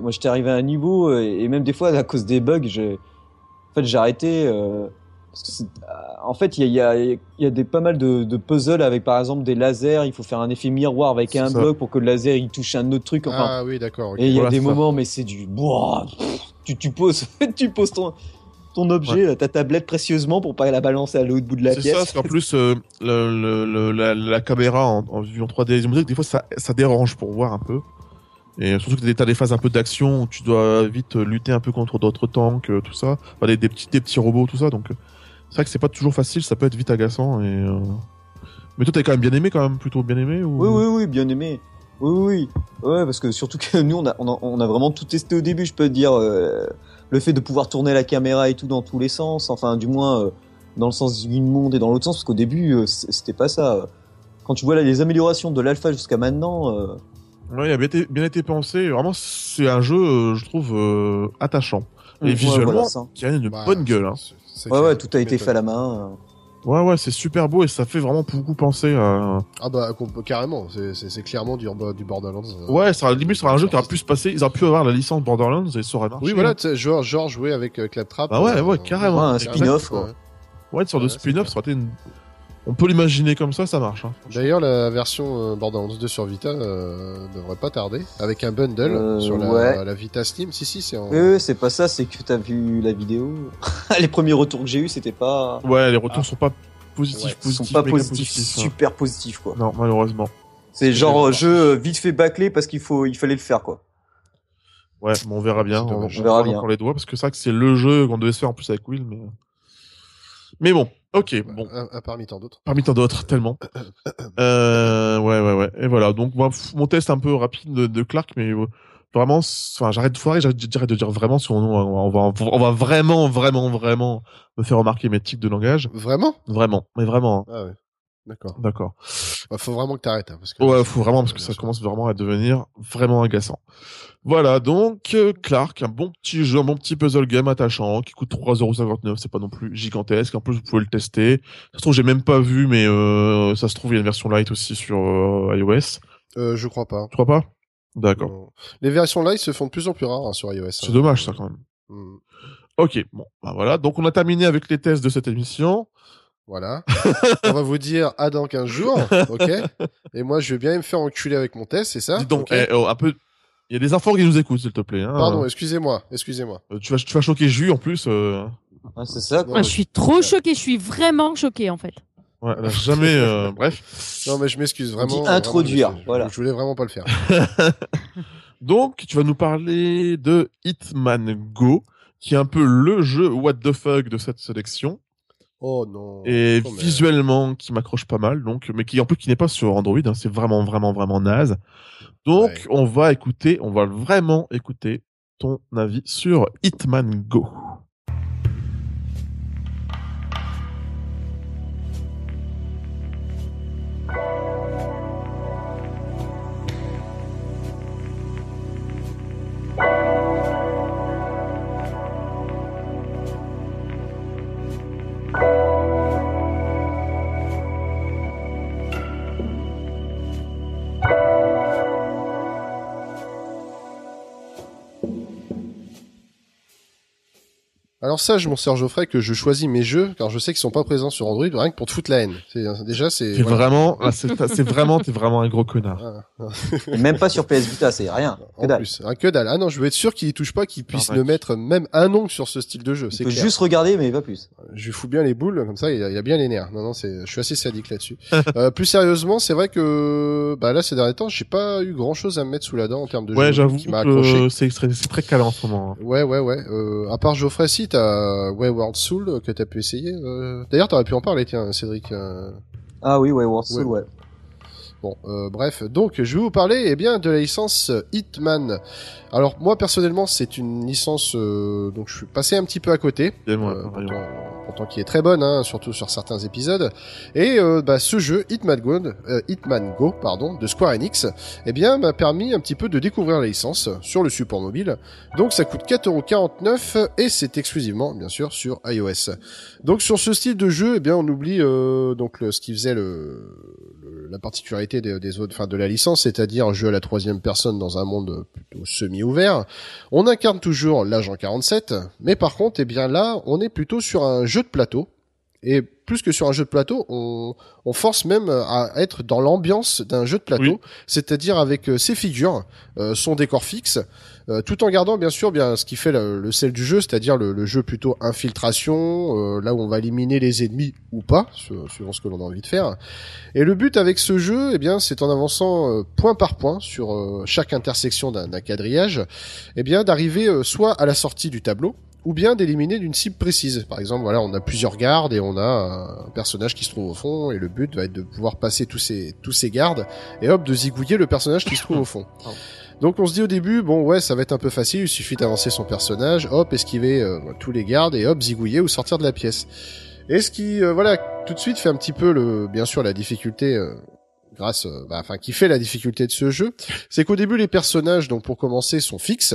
moi j'étais arrivé à un niveau et même des fois à cause des bugs, j'ai, en fait j'ai arrêté. Euh... Parce que c'est... En fait, il y a, y, a, y a des pas mal de, de puzzles avec par exemple des lasers. Il faut faire un effet miroir avec c'est un ça. bloc pour que le laser il touche un autre truc. Enfin, ah oui, d'accord. Okay. Et il y a voilà, des moments, ça. mais c'est du. Boah, tu, tu poses, tu poses ton, ton objet, ouais. ta tablette précieusement pour pas la balancer à l'autre bout de la c'est pièce. C'est ça, parce qu'en plus euh, le, le, le, la, la caméra en, en vue en trois D, des fois ça, ça dérange pour voir un peu. Et surtout que t'as des phases un peu d'action où tu dois vite lutter un peu contre d'autres tanks, tout ça. Enfin, des, des petits, des petits robots, tout ça. Donc c'est vrai que c'est pas toujours facile, ça peut être vite agaçant. Et euh... mais toi, t'as quand même bien aimé, quand même, plutôt bien aimé ou... Oui, oui, oui, bien aimé. Oui, oui, ouais, parce que surtout que nous, on a, on a, on a vraiment tout testé au début, je peux te dire. Euh, le fait de pouvoir tourner la caméra et tout dans tous les sens, enfin, du moins euh, dans le sens du monde et dans l'autre sens, parce qu'au début, euh, c'était pas ça. Quand tu vois là les améliorations de l'alpha jusqu'à maintenant. Euh... Ouais, il a bien été, bien été pensé. Vraiment, c'est un jeu, euh, je trouve, euh, attachant. Et ouais, visuellement, voilà, qui a une bah, bonne gueule. Hein. C'est, c'est ouais, ouais, tout a été fait à la main. Ouais, ouais, c'est super beau et ça fait vraiment beaucoup penser à... Ah bah, carrément, c'est, c'est, c'est clairement du, du Borderlands. Euh, ouais, ça, limite, ce sera un jeu qui aurait pu se passer, ils auraient pu avoir la licence Borderlands et ça aurait marché. Oui, voilà, genre, genre jouer avec euh, Claptrap. Bah ouais, ouais, euh, carrément. Ouais, un spin-off, quoi. Ouais, ouais une sorte ouais, de spin-off, ça aurait été une... On peut l'imaginer comme ça, ça marche. Hein, d'ailleurs, la version euh, Borderlands deux sur Vita euh, devrait pas tarder, avec un bundle euh, sur la, ouais. la Vita Slim. Si, si, c'est en... Oui, oui, c'est pas ça, c'est que t'as vu la vidéo. Les premiers retours que j'ai eu, c'était pas... Ouais, les retours ah. sont pas positifs, ouais, positifs. sont pas positifs, positifs super positifs, quoi. Non, malheureusement. C'est, c'est genre euh, jeu vite fait bâclé parce qu'il faut, il fallait le faire, quoi. Ouais, bon, on verra bien. On, on verra bien. Pour les doigts, parce que c'est vrai que c'est le jeu qu'on devait se faire en plus avec Will, mais... Mais bon, ok, bon. Un, un parmi tant d'autres. Parmi tant d'autres, tellement. euh, ouais, ouais, ouais. Et voilà. Donc, moi, mon test un peu rapide de, de Clark, mais euh, vraiment, enfin, j'arrête de foirer, j'arrête de dire vraiment, si on, on va, on va vraiment, vraiment, vraiment me faire remarquer mes tics de langage. Vraiment? Vraiment, mais vraiment. Ah ouais. D'accord. D'accord. Bah, faut vraiment que t'arrêtes, hein, parce que. Ouais, faut vraiment, parce que ça commence vraiment à devenir vraiment agaçant. Voilà, donc, euh, Clark, un bon petit jeu, un bon petit puzzle game attachant, qui coûte trois euros cinquante-neuf, c'est pas non plus gigantesque, en plus vous pouvez le tester. Ça se trouve, j'ai même pas vu, mais euh, ça se trouve, il y a une version light aussi sur euh, iOS. Euh, je crois pas. Tu crois pas? D'accord. Non. Les versions light se font de plus en plus rares hein, sur iOS. C'est hein. dommage, ça, quand même. Mm. Ok, bon, bah voilà, donc on a terminé avec les tests de cette émission. Voilà. On va vous dire à dans quinze jours, ok? Et moi, je vais bien me faire enculer avec mon test, c'est ça? Dis donc, okay. eh, oh, un peu... Il y a des enfants qui nous écoutent, s'il te plaît. Hein. Pardon, excusez-moi, excusez-moi. Euh, tu vas, tu vas choquer Jus, en plus. Euh... Ah, c'est ça, quoi. Non, je suis trop choqué, je suis vraiment choqué, en fait. Ouais, là, jamais, euh, bref. Non, mais je m'excuse, vraiment. Introduire, vraiment, je, voilà. Je voulais vraiment pas le faire. Donc, tu vas nous parler de Hitman Go, qui est un peu le jeu what the fuck de cette sélection. Oh non. Et oh, visuellement, mais... qui m'accroche pas mal, donc, mais qui en plus qui n'est pas sur Android, hein, c'est vraiment, vraiment, vraiment naze. Donc, ouais. on va écouter, on va vraiment écouter ton avis sur Hitman Go. Alors ça, je m'en sers Geoffrey que je choisis mes jeux car je sais qu'ils sont pas présents sur Android, rien que pour te foutre la haine. C'est, déjà, c'est. C'est voilà. vraiment, là, c'est, c'est vraiment, t'es vraiment un gros connard. Et même pas sur P S Vita, c'est rien. Que dalle. En plus, un que dalle. Ah non, je veux être sûr qu'il y touche pas, qu'il puisse ne mettre même un ongle sur ce style de jeu. Il c'est peut clair. juste regarder, mais pas plus. Je lui fous bien les boules, comme ça, il a, il a bien les nerfs. Non, non, c'est, je suis assez sadique là-dessus. euh, plus sérieusement, c'est vrai que, bah là, ces derniers temps, j'ai pas eu grand chose à me mettre sous la dent en termes de ouais, jeu j'avoue qui m'a accroché. Euh, c'est, c'est, c'est très calme en ce moment. Hein. Ouais, ouais, ouais. Euh, à part Geoffrey, si t'as Wayward Soul que t'as pu essayer. Euh... D'ailleurs, t'aurais pu en parler, tiens, Cédric. Euh... Ah oui, Wayward Soul, ouais. ouais. Bon, euh, bref, donc je vais vous parler eh bien de la licence Hitman. Alors moi personnellement, c'est une licence euh, donc je suis passé un petit peu à côté, et moi, euh, pourtant, pourtant qui est très bonne, hein, surtout sur certains épisodes. Et euh, bah, ce jeu Hitman Go, euh, Hitman Go, pardon, de Square Enix, eh bien m'a permis un petit peu de découvrir la licence sur le support mobile. Donc ça coûte quatre euros quarante-neuf et c'est exclusivement bien sûr sur iOS. Donc sur ce style de jeu, eh bien on oublie euh, donc le, ce qui faisait le, le la particularité particularité des, des autres, enfin de la licence, c'est-à-dire un jeu à la troisième personne dans un monde plutôt semi-ouvert. On incarne toujours l'agent quarante-sept, mais par contre, eh bien là, on est plutôt sur un jeu de plateau. Et plus que sur un jeu de plateau, on, on force même à être dans l'ambiance d'un jeu de plateau, oui. C'est-à-dire avec euh, ses figures, euh, son décor fixe, euh, tout en gardant bien sûr bien ce qui fait le, le sel du jeu, c'est-à-dire le, le jeu plutôt infiltration, euh, là où on va éliminer les ennemis ou pas, suivant ce que l'on a envie de faire. Et le but avec ce jeu, eh bien, c'est en avançant euh, point par point sur euh, chaque intersection d'un, d'un quadrillage, eh bien, d'arriver euh, soit à la sortie du tableau, ou bien d'éliminer d'une cible précise. Par exemple, voilà, on a plusieurs gardes et on a un personnage qui se trouve au fond, et le but va être de pouvoir passer tous ces tous ces gardes et hop de zigouiller le personnage qui se trouve au fond. Donc on se dit au début, bon ouais, ça va être un peu facile, il suffit d'avancer son personnage, hop, esquiver euh, tous les gardes et hop zigouiller ou sortir de la pièce. Et ce qui euh, voilà, tout de suite fait un petit peu le bien sûr la difficulté euh, grâce euh, bah, enfin qui fait la difficulté de ce jeu, c'est qu'au début les personnages donc pour commencer sont fixes,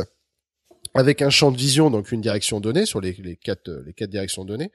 avec un champ de vision, donc une direction donnée sur les, les quatre les quatre directions données.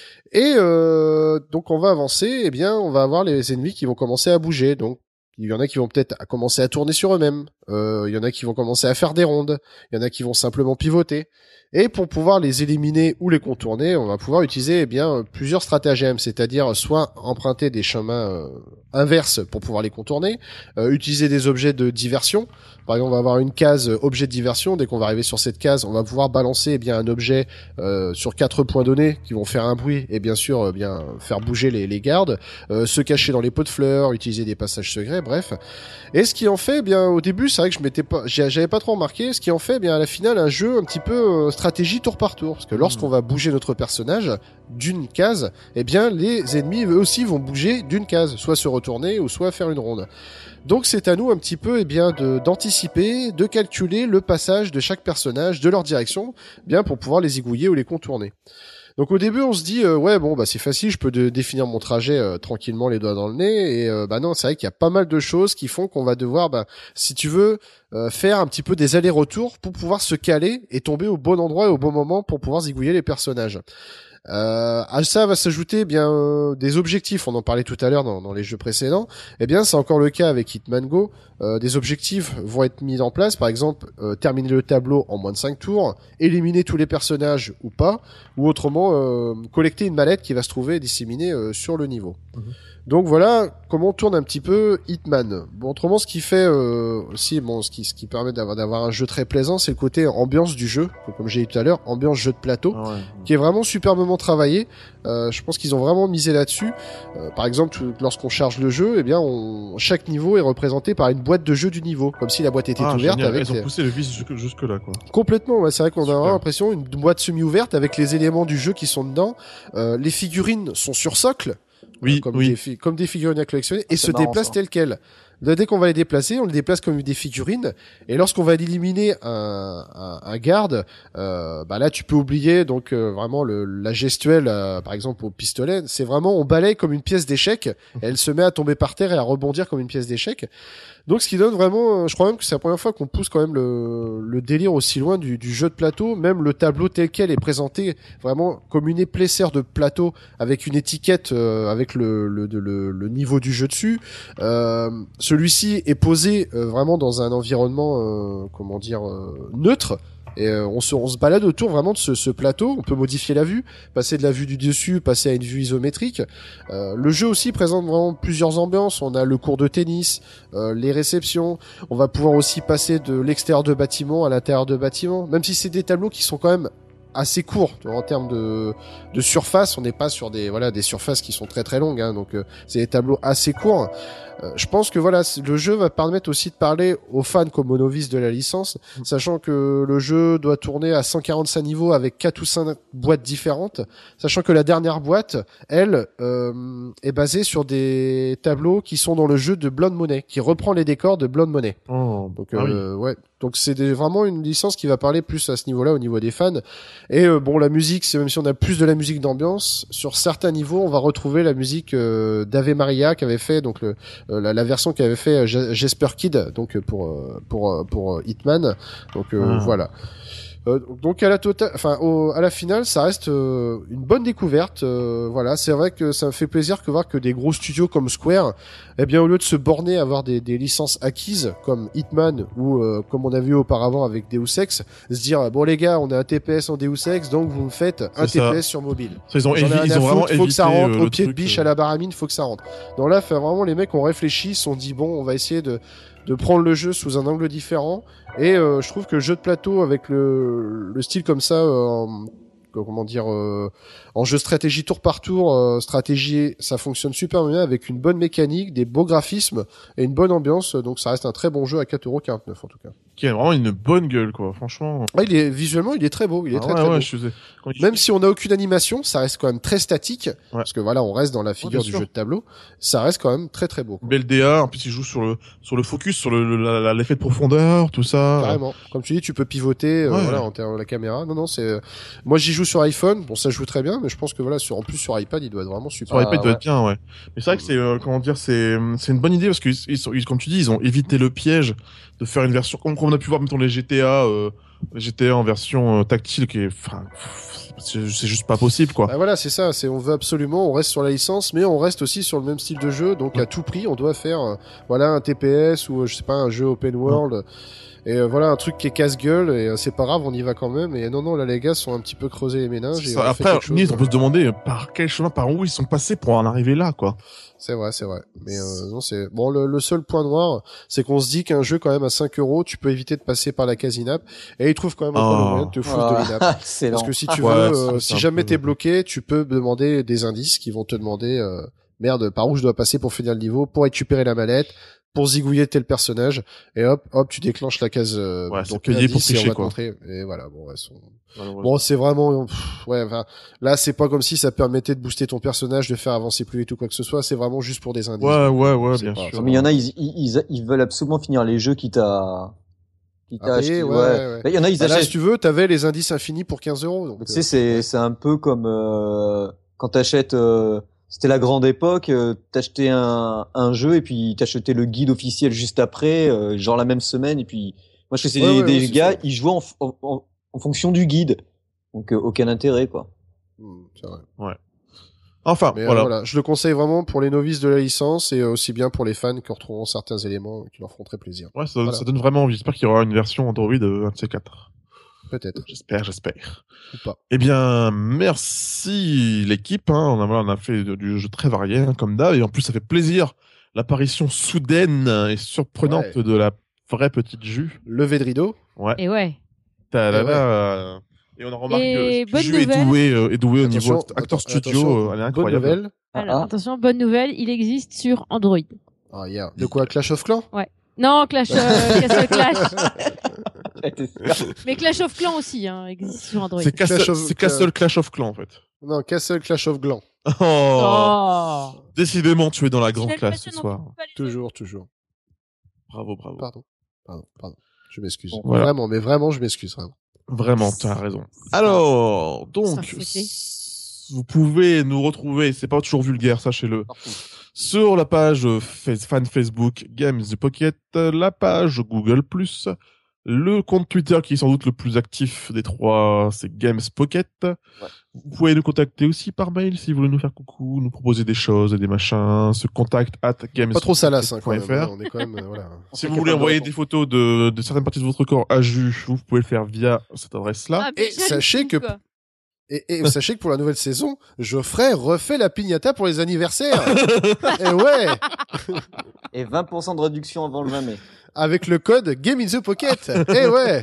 Et euh, donc on va avancer, eh bien on va avoir les ennemis qui vont commencer à bouger. Donc il y en a qui vont peut-être commencer à tourner sur eux-mêmes. Euh, il y en a qui vont commencer à faire des rondes. Il y en a qui vont simplement pivoter. Et pour pouvoir les éliminer ou les contourner, on va pouvoir utiliser eh bien plusieurs stratagèmes, c'est-à-dire soit emprunter des chemins euh, inverses pour pouvoir les contourner, euh, utiliser des objets de diversion. Par exemple, on va avoir une case euh, objet de diversion. Dès qu'on va arriver sur cette case, on va pouvoir balancer eh bien un objet euh, sur quatre points donnés qui vont faire un bruit et bien sûr eh bien faire bouger les, les gardes, euh, se cacher dans les pots de fleurs, utiliser des passages secrets, bref. Et ce qui en fait, eh bien au début, c'est vrai que je m'étais pas, j'avais pas trop remarqué. Ce qui en fait, eh bien à la finale, un jeu un petit peu euh, stratégie tour par tour, parce que lorsqu'on va bouger notre personnage d'une case, eh bien les ennemis eux aussi vont bouger d'une case, soit se retourner ou soit faire une ronde. Donc c'est à nous un petit peu eh bien de d'anticiper, de calculer le passage de chaque personnage, de leur direction, eh bien pour pouvoir les zigouiller ou les contourner. Donc au début on se dit euh, ouais bon bah c'est facile, je peux de, définir mon trajet euh, tranquillement les doigts dans le nez, et euh, bah non, c'est vrai qu'il y a pas mal de choses qui font qu'on va devoir bah si tu veux euh, faire un petit peu des allers-retours pour pouvoir se caler et tomber au bon endroit et au bon moment pour pouvoir zigouiller les personnages. Euh, à ça va s'ajouter eh bien euh, des objectifs. On en parlait tout à l'heure dans, dans les jeux précédents. Eh bien, c'est encore le cas avec Hitman Go. Euh, des objectifs vont être mis en place. Par exemple, euh, terminer le tableau en moins de cinq tours, éliminer tous les personnages ou pas, ou autrement euh, collecter une mallette qui va se trouver disséminée euh, sur le niveau. Mmh. Donc voilà comment on tourne un petit peu Hitman. Bon, autrement, ce qui fait euh, aussi, bon, ce qui, ce qui permet d'avoir, d'avoir un jeu très plaisant, c'est le côté ambiance du jeu, comme j'ai dit tout à l'heure, ambiance jeu de plateau, ah ouais. qui est vraiment superbement travaillé. Euh, je pense qu'ils ont vraiment misé là-dessus. Euh, par exemple, lorsqu'on charge le jeu, eh bien, on, chaque niveau est représenté par une boîte de jeu du niveau, comme si la boîte était ah, ouverte. Avec Ils ont poussé le vice jusque, jusque là, quoi. Complètement. Ouais, c'est vrai qu'on Super. a vraiment l'impression une boîte semi-ouverte avec les éléments du jeu qui sont dedans. Euh, les figurines sont sur socle. Oui, comme, oui. Des fi- comme des figurines à collectionner, et se déplacent telles quelles. Dès qu'on va les déplacer, on les déplace comme des figurines, et lorsqu'on va éliminer un, un, un garde, euh, bah là tu peux oublier donc euh, vraiment le, la gestuelle, euh, par exemple au pistolet, c'est vraiment on balaye comme une pièce d'échec, et elle se met à tomber par terre et à rebondir comme une pièce d'échec. Donc ce qui donne vraiment, je crois même que c'est la première fois qu'on pousse quand même le, le délire aussi loin du, du jeu de plateau. Même le tableau tel quel est présenté vraiment comme une épaisseur de plateau avec une étiquette euh, avec le, le, le, le niveau du jeu dessus. Euh, celui-ci est posé euh, vraiment dans un environnement, euh, comment dire, euh, neutre. Et euh, on se on se balade autour vraiment de ce, ce plateau. On peut modifier la vue, passer de la vue du dessus, passer à une vue isométrique. Euh, le jeu aussi présente vraiment plusieurs ambiances. On a le court de tennis, euh, les réceptions. On va pouvoir aussi passer de l'extérieur de bâtiment à l'intérieur de bâtiment. Même si c'est des tableaux qui sont quand même assez court en termes de de surface, on n'est pas sur des voilà des surfaces qui sont très très longues, hein, donc euh, c'est des tableaux assez courts. Euh, je pense que voilà, le jeu va permettre aussi de parler aux fans comme aux novices de la licence, mmh. sachant que le jeu doit tourner à cent quarante-cinq niveaux avec quatre ou cinq boîtes différentes, sachant que la dernière boîte, elle, euh, est basée sur des tableaux qui sont dans le jeu de Blood Money, qui reprend les décors de Blood Money. Oh, donc ah euh, oui. ouais. Donc c'est des, vraiment une licence qui va parler plus à ce niveau-là, au niveau des fans. Et euh, bon, la musique, c'est même si on a plus de la musique d'ambiance, sur certains niveaux, on va retrouver la musique euh, d'Ave Maria qu'avait fait donc le, euh, la, la version qu'avait fait euh, Jesper Kid, donc pour euh, pour pour, pour Hitman. Donc euh, ah. voilà. Euh, donc à la totale, enfin au, à la finale, ça reste euh, une bonne découverte. Euh, voilà, c'est vrai que ça me fait plaisir que voir que des gros studios comme Square, eh bien au lieu de se borner à avoir des, des licences acquises comme Hitman ou euh, comme on a vu auparavant avec Deus Ex, se dire bon les gars, on a un T P S en Deus Ex, donc vous me faites un c'est T P S ça. sur mobile. Ça, ils ont, évi- ils ont foutre, vraiment faut que ça rentre euh, au pied truc, de biche euh... à la baramine, faut que ça rentre. Donc là, fait, vraiment les mecs ont réfléchi, se sont dit bon, on va essayer de de prendre le jeu sous un angle différent. Et euh, je trouve que le jeu de plateau avec le, le style comme ça, euh, comment dire, euh, en jeu stratégie tour par tour, euh, stratégie, ça fonctionne super bien avec une bonne mécanique, des beaux graphismes et une bonne ambiance. Donc ça reste un très bon jeu à quatre euros quarante-neuf en tout cas. Qui a vraiment une bonne gueule, quoi, franchement. Ah, il est visuellement, il est très beau, il est ah, très ouais, très ouais, beau. Je faisais... Même si on n'a aucune animation, ça reste quand même très statique, ouais. Parce que voilà, on reste dans la figure ouais, du sûr. jeu de tableau. Ça reste quand même très très beau. Bel D A, en plus il joue sur le sur le focus, sur le la, l'effet de profondeur, tout ça. Carrément. Comme tu dis, tu peux pivoter, ouais. euh, voilà, en termes de la caméra. Non, non, c'est. Moi, j'y joue sur iPhone. Bon, ça joue très bien, mais je pense que voilà, sur en plus sur iPad, il doit être vraiment super. Sur iPad, il ah, doit ouais. être bien, ouais. Mais c'est vrai que c'est euh, comment dire, c'est c'est une bonne idée parce que ils, ils, ils, comme tu dis, ils ont évité le piège de faire une version comme on a pu voir mettons les G T A, euh, les G T A en version euh, tactile, qui est, enfin, c'est, c'est juste pas possible, quoi. Bah voilà, c'est ça. C'est on veut absolument, on reste sur la licence, mais on reste aussi sur le même style de jeu. Donc ouais. à tout prix, on doit faire, euh, voilà, un T P S ou je sais pas, un jeu open world. Ouais. Et euh, voilà un truc qui est casse-gueule et euh, c'est pas grave, on y va quand même. Et non non, là les gars sont un petit peu creusés les méninges. Et après, Nice, on peut se demander par quel chemin, par où ils sont passés pour en arriver là, quoi. C'est vrai, c'est vrai. Mais euh, non, c'est bon. Le, le seul point noir, c'est qu'on se dit qu'un jeu quand même à cinq euros, tu peux éviter de passer par la case in-app. Et ils trouvent quand même encore oh. le moyen de te foutre oh. de l'in-app. Parce que si tu ouais, veux, euh, si jamais peu... t'es bloqué, tu peux demander des indices qui vont te demander euh, merde, par où je dois passer pour finir le niveau, pour récupérer la mallette, pour zigouiller tel personnage, et hop, hop, tu déclenches la case. Euh, ouais, donc payé pour tricher, quoi. Et voilà, bon, ouais, son... bon, c'est vraiment, pff, ouais, enfin, là, c'est pas comme si ça permettait de booster ton personnage, de faire avancer plus vite ou quoi que ce soit. C'est vraiment juste pour des indices. Ouais, ouais, ouais, bien pas, sûr. Mais il y en a, ils, ils, ils veulent absolument finir les jeux qui t'a, qui t'a acheté. Ouais, ouais. Il y en a, ils bah achètent. Là, si tu veux, t'avais les indices infinis pour quinze euros. Donc, tu sais, euh, c'est, ouais. c'est un peu comme euh, quand t'achètes. Euh, C'était la grande époque, euh, t'achetais un, un jeu et puis t'achetais le guide officiel juste après, euh, genre la même semaine. Et puis moi, je sais ouais, des, ouais, des ouais, gars, ils jouaient en, en, en fonction du guide, donc euh, aucun intérêt, quoi. Mmh, c'est vrai. Ouais. Enfin, mais, voilà. Euh, voilà. Je le conseille vraiment pour les novices de la licence et aussi bien pour les fans qui retrouveront certains éléments qui leur feront très plaisir. Ouais, ça, voilà. ça donne vraiment envie. J'espère qu'il y aura une version Android de un de ces quatre. Peut-être. J'espère, j'espère. Ou pas. Eh bien, merci l'équipe. Hein. On, a, on a fait du jeu très varié, hein, comme d'hab. Et en plus, ça fait plaisir l'apparition soudaine et surprenante ouais. de la vraie petite Jus. Levée de rideau. Ouais. Et ouais. Et, ouais. et on a remarqué et que Jus est doué, euh, est doué au niveau acteur studio. Elle est incroyable. Bonne nouvelle. Alors, ah. attention, bonne nouvelle. Il existe sur Android. Ah, yeah. De quoi, Clash of Clans? Ouais. Non, Clash, euh, Castle Clash. Mais Clash of Clans aussi, hein, existe sur Android. C'est Castle, of... c'est Castle Clash of Clans, en fait. Non, Castle Clash of Clans. Oh, oh. Décidément, tu es dans la grande classe ce soir. Toujours, toujours. Bravo, bravo. Pardon, pardon, pardon. Je m'excuse. Bon, voilà. Vraiment, mais vraiment, je m'excuse. Vraiment, vraiment tu as raison. Alors, donc, vous pouvez nous retrouver, c'est pas toujours vulgaire, sachez-le, sur la page fan Facebook Games the Pocket, la page Google plus, le compte Twitter qui est sans doute le plus actif des trois, c'est Games Pocket. Ouais. Vous pouvez nous contacter aussi par mail si vous voulez nous faire coucou, nous proposer des choses et des machins. Ce contact at games. Pas trop salace, hein, quand même. On est quand même, euh, voilà. Si vous voulez envoyer des photos de, de certaines parties de votre corps à Jus, vous pouvez le faire via cette adresse-là. Ah, et sachez que, quoi. Et, et sachez que pour la nouvelle saison, Geoffrey refait la piñata pour les anniversaires. Et ouais. Et vingt pour cent de réduction avant le vingt mai. Avec le code Game in the Pocket. Eh ouais.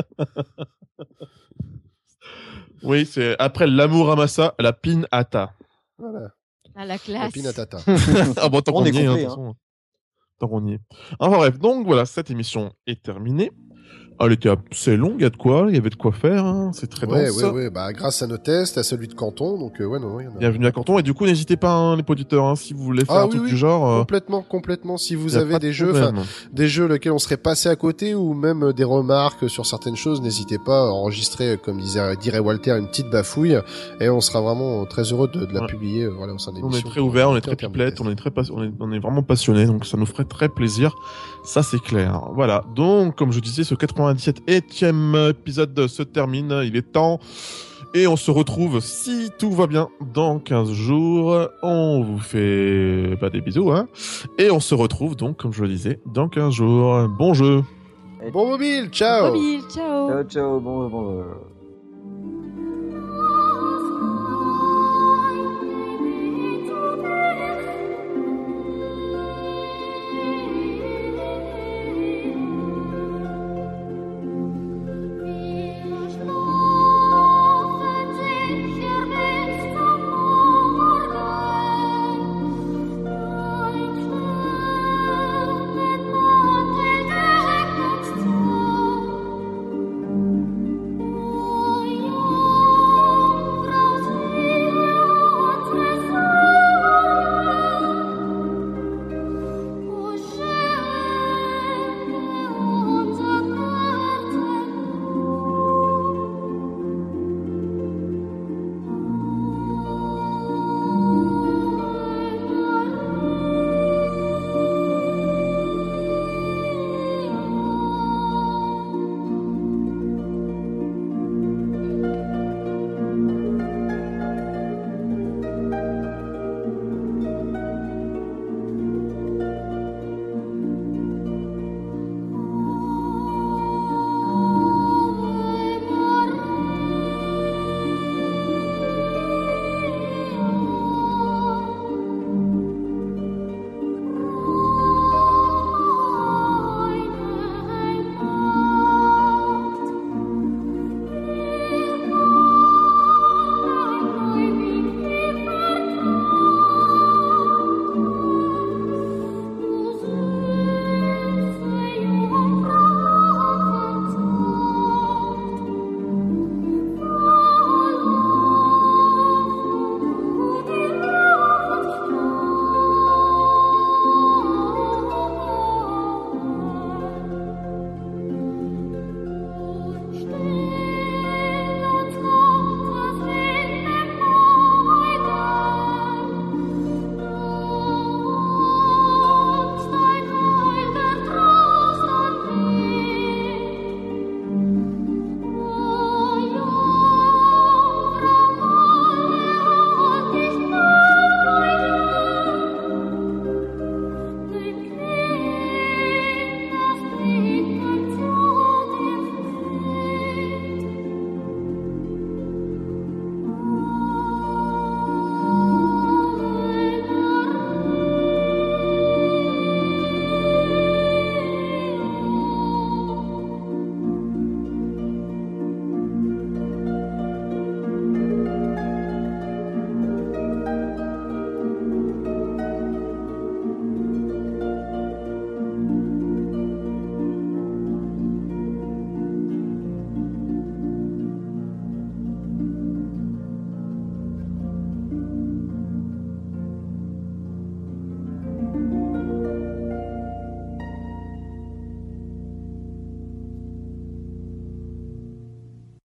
Oui, c'est après l'amour amassa, la pinata. Voilà. À la classe. La pinatata. Ah bon, tant qu'on y est, complet, hein, hein. Tant qu'on y est. Enfin bref, donc voilà, cette émission est terminée. Elle était assez longue, il y a de quoi, il y avait de quoi faire, hein. C'est très ouais, dense. Ouais, ouais, bah, grâce à nos tests, à celui de Canton, donc, euh, ouais, non, il y en a. Bienvenue à Canton, et du coup, n'hésitez pas, hein, les auditeurs, hein, si vous voulez faire ah, un oui, truc oui, du genre. Euh... Complètement, complètement. Si vous avez des jeux, enfin, des jeux lesquels on serait passé à côté, ou même des remarques sur certaines choses, n'hésitez pas à enregistrer, comme disait, dirait Walter, une petite bafouille, et on sera vraiment très heureux de, de la ouais. publier, euh, voilà, au sein des émissions. On est très ouvert, on est très pipelette, on est très, on est, on est vraiment passionné, donc ça nous ferait très plaisir. Ça, c'est clair. Voilà. Donc, comme je disais, ce quatre-vingts quatre-vingt-dix-septième épisode se termine. Il est temps. Et on se retrouve, si tout va bien, dans quinze jours. On vous fait bah, des bisous. Hein. Et on se retrouve donc, comme je le disais, dans quinze jours. Bon jeu. Bon mobile, ciao. Bon mobile, ciao. Ciao, ciao, bon, bon.